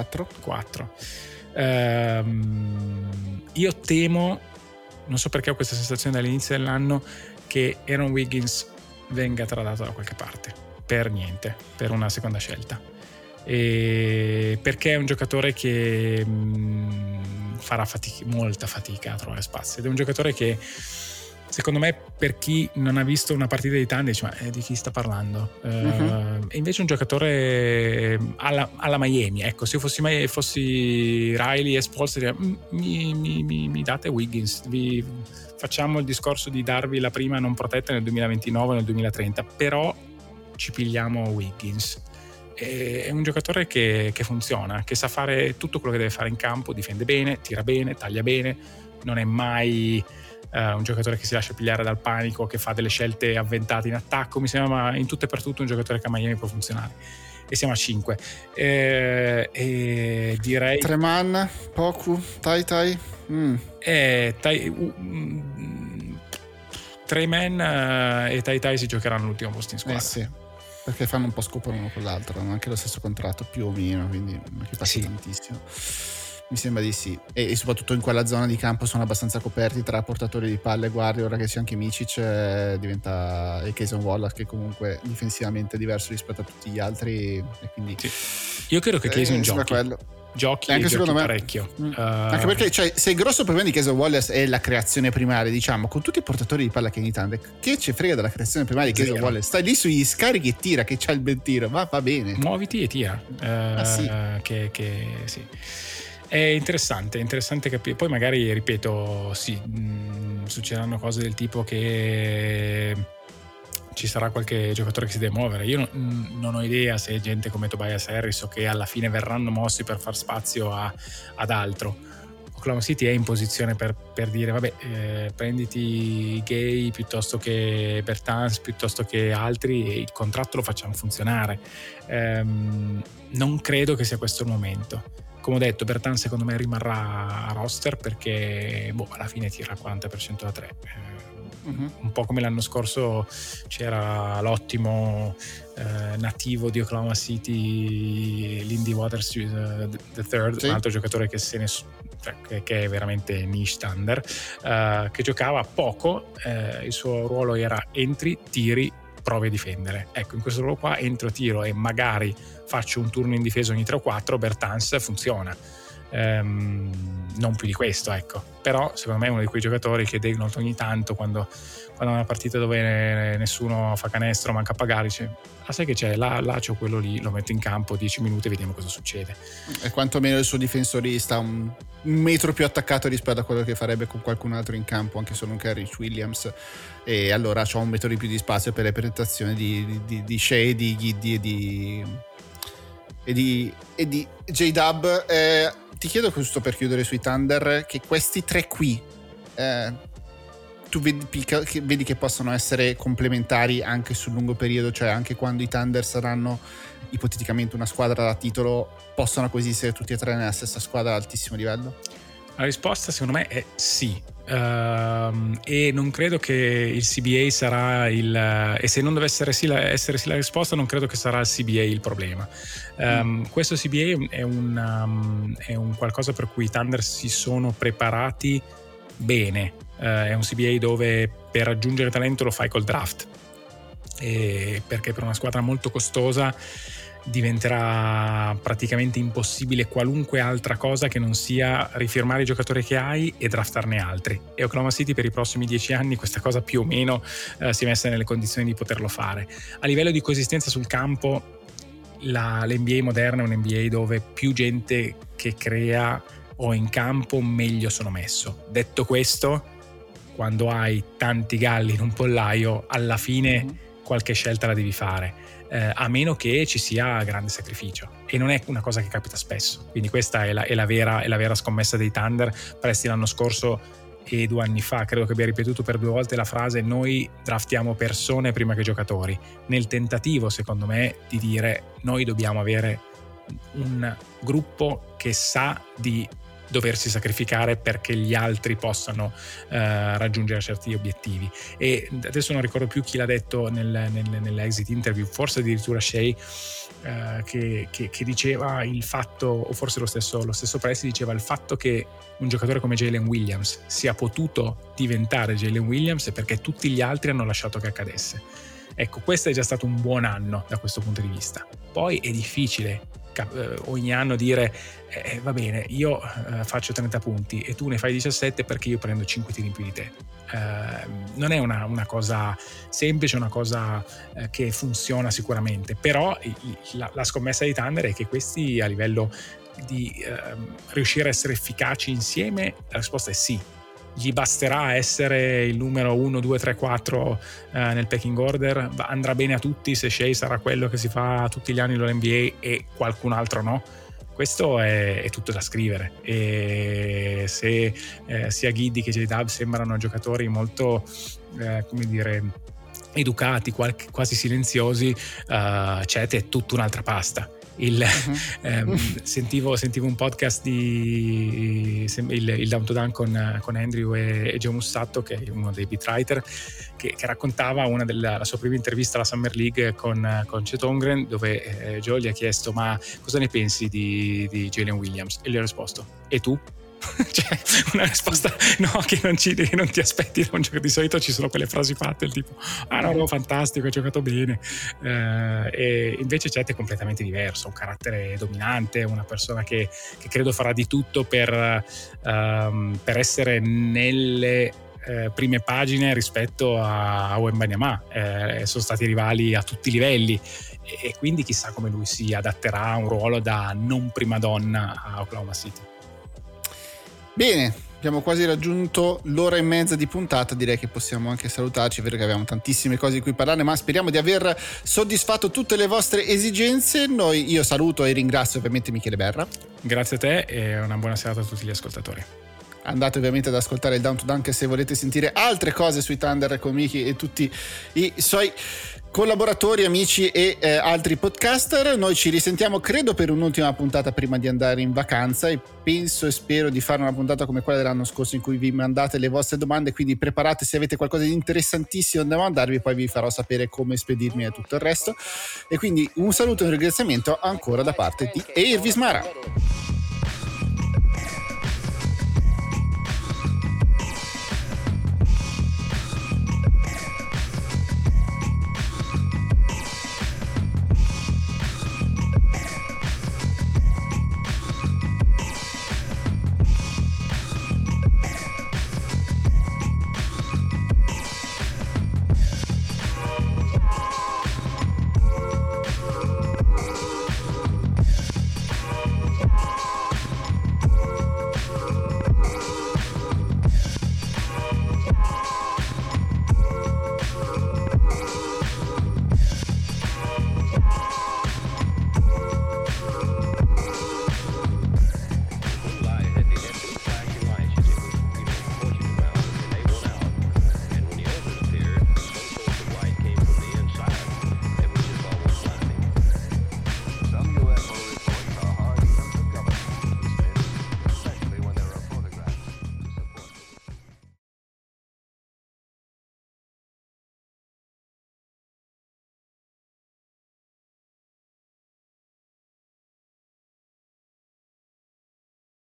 Io temo, non so perché ho questa sensazione dall'inizio dell'anno, che Aaron Wiggins venga tradato da qualche parte per niente, per una seconda scelta, perché è un giocatore che farà molta fatica a trovare spazio, ed è un giocatore che secondo me, per chi non ha visto una partita di Thunder, dice: ma di chi sta parlando? E invece un giocatore alla Miami. Ecco, se io fossi Riley e Spoelstra, mi date Wiggins, vi facciamo il discorso di darvi la prima non protetta nel 2029 nel 2030, però ci pigliamo Wiggins. È un giocatore che funziona, che sa fare tutto quello che deve fare in campo, difende bene, tira bene, taglia bene, non è mai un giocatore che si lascia pigliare dal panico, che fa delle scelte avventate in attacco. Mi sembra in tutto e per tutto un giocatore che a Miami può funzionare. E siamo a 5. E direi Treman, Poku, Tai. Treman e Tai si giocheranno l'ultimo posto in squadra. Sì, perché fanno un po' scopo l'uno con l'altro, hanno anche lo stesso contratto più o meno, quindi non è che passa tantissimo. Mi sembra di sì, e soprattutto in quella zona di campo sono abbastanza coperti tra portatori di palle e guardie. Ora che c'è anche Micic, diventa il Cason Wallace, che comunque difensivamente è diverso rispetto a tutti gli altri, e quindi io credo che Cason giochi anche secondo me parecchio, anche perché se il grosso problema di Cason Wallace è la creazione primaria, diciamo, con tutti i portatori di palla che ogni tanto, che ci frega della creazione primaria di Cason Wallace, stai lì sugli scarichi e tira, che c'ha il bel tiro, va bene, muoviti e tira. Sì. Che sì. È interessante capire. Poi magari, ripeto, succederanno cose del tipo che ci sarà qualche giocatore che si deve muovere. Io non ho idea se gente come Tobias Harris o che alla fine verranno mossi per far spazio ad altro. Oklahoma City è in posizione per dire: vabbè, prenditi Gay piuttosto che Bertans, piuttosto che altri, e il contratto lo facciamo funzionare. Non credo che sia questo il momento. Come ho detto, Bertans secondo me rimarrà a roster, perché alla fine tira il 40% da 3. Un po' come l'anno scorso c'era l'ottimo nativo di Oklahoma City, Lindy Waters III, sì. Un altro giocatore che è veramente niche Thunder, che giocava poco, il suo ruolo era entri, tiri, provi a difendere. Ecco, in questo ruolo qua entro, tiro e magari faccio un turno in difesa ogni 3 o 4. Bertans funziona, non più di questo, ecco. Però secondo me è uno di quei giocatori che Daigneault ogni tanto, quando è una partita dove nessuno fa canestro, manca a pagare, dice: sai che c'è, là c'ho quello lì, lo metto in campo 10 minuti e vediamo cosa succede. E quantomeno il suo difensorista un metro più attaccato rispetto a quello che farebbe con qualcun altro in campo, anche solo un Kerrich Williams, e allora c'ho un metro di più di spazio per le penetrazioni di Shea, di Giddy e di J-Dub. Ti chiedo, giusto per chiudere sui Thunder, che questi tre qui tu vedi che possono essere complementari anche sul lungo periodo, cioè anche quando i Thunder saranno ipoteticamente una squadra da titolo, possono coesistere tutti e tre nella stessa squadra ad altissimo livello? La risposta secondo me è sì, e non credo che il CBA sarà e se non deve essere sì la risposta, non credo che sarà il CBA il problema. Questo CBA è un qualcosa per cui i Thunder si sono preparati bene. È un CBA dove per raggiungere talento lo fai col draft, perché per una squadra molto costosa diventerà praticamente impossibile qualunque altra cosa che non sia rifirmare i giocatori che hai e draftarne altri, e Oklahoma City per i prossimi 10 anni questa cosa più o meno si è messa nelle condizioni di poterlo fare. A livello di coesistenza sul campo l'NBA moderna è un NBA dove più gente che crea o in campo meglio sono messo. Detto questo, quando hai tanti galli in un pollaio, alla fine qualche scelta la devi fare, a meno che ci sia grande sacrificio, e non è una cosa che capita spesso. Quindi questa è la vera scommessa dei Thunder. Presti l'anno scorso e 2 anni fa credo che abbia ripetuto per 2 volte la frase noi draftiamo persone prima che giocatori, nel tentativo secondo me di dire noi dobbiamo avere un gruppo che sa di doversi sacrificare perché gli altri possano raggiungere certi obiettivi. E adesso non ricordo più chi l'ha detto nell'exit interview, forse addirittura Shea, che diceva il fatto, o forse lo stesso Presti diceva il fatto che un giocatore come Jalen Williams sia potuto diventare Jalen Williams è perché tutti gli altri hanno lasciato che accadesse. Ecco, questo è già stato un buon anno da questo punto di vista. Poi è difficile ogni anno dire va bene, io faccio 30 punti e tu ne fai 17 perché io prendo 5 tiri in più di te. Non è una cosa semplice, una cosa che funziona sicuramente, però la scommessa dei Thunder è che questi, a livello di riuscire a essere efficaci insieme, la risposta è sì. Gli basterà essere il numero 1, 2, 3, 4 nel pecking order, andrà bene a tutti se Shea sarà quello che si fa tutti gli anni all'NBA e qualcun altro no. Questo è tutto da scrivere, e se sia Giddey che J-Dub sembrano giocatori molto come dire educati, quasi silenziosi, Chet è tutta un'altra pasta. Sentivo un podcast il Down to Dunk con Andrew e Joe Mussato, che è uno dei beat writer, che raccontava la sua prima intervista alla Summer League con Chet Holmgren, dove Joe gli ha chiesto ma cosa ne pensi di Jalen Williams, e gli ha risposto e tu? Cioè, una risposta che non ti aspetti da un gioco. Di solito ci sono quelle frasi fatte del tipo no, fantastico, hai giocato bene, e invece Chet è completamente diverso, un carattere dominante, una persona che credo farà di tutto per essere nelle prime pagine rispetto a Wembanyama. Sono stati rivali a tutti i livelli, e quindi chissà come lui si adatterà a un ruolo da non prima donna a Oklahoma City. Bene, abbiamo quasi raggiunto l'ora e mezza di puntata, direi che possiamo anche salutarci, è vero che abbiamo tantissime cose di cui parlare, ma speriamo di aver soddisfatto tutte le vostre esigenze. Io saluto e ringrazio ovviamente Michele Berra. Grazie a te e una buona serata a tutti gli ascoltatori. Andate ovviamente ad ascoltare il Down to Dunk se volete sentire altre cose sui Thunder con Michi e tutti i suoi collaboratori, amici e altri podcaster. Noi ci risentiamo credo per un'ultima puntata prima di andare in vacanza, e penso e spero di fare una puntata come quella dell'anno scorso in cui vi mandate le vostre domande, quindi preparate se avete qualcosa di interessantissimo da mandarvi, poi vi farò sapere come spedirmi e tutto il resto. E quindi un saluto e un ringraziamento ancora da parte di Irvis Mara.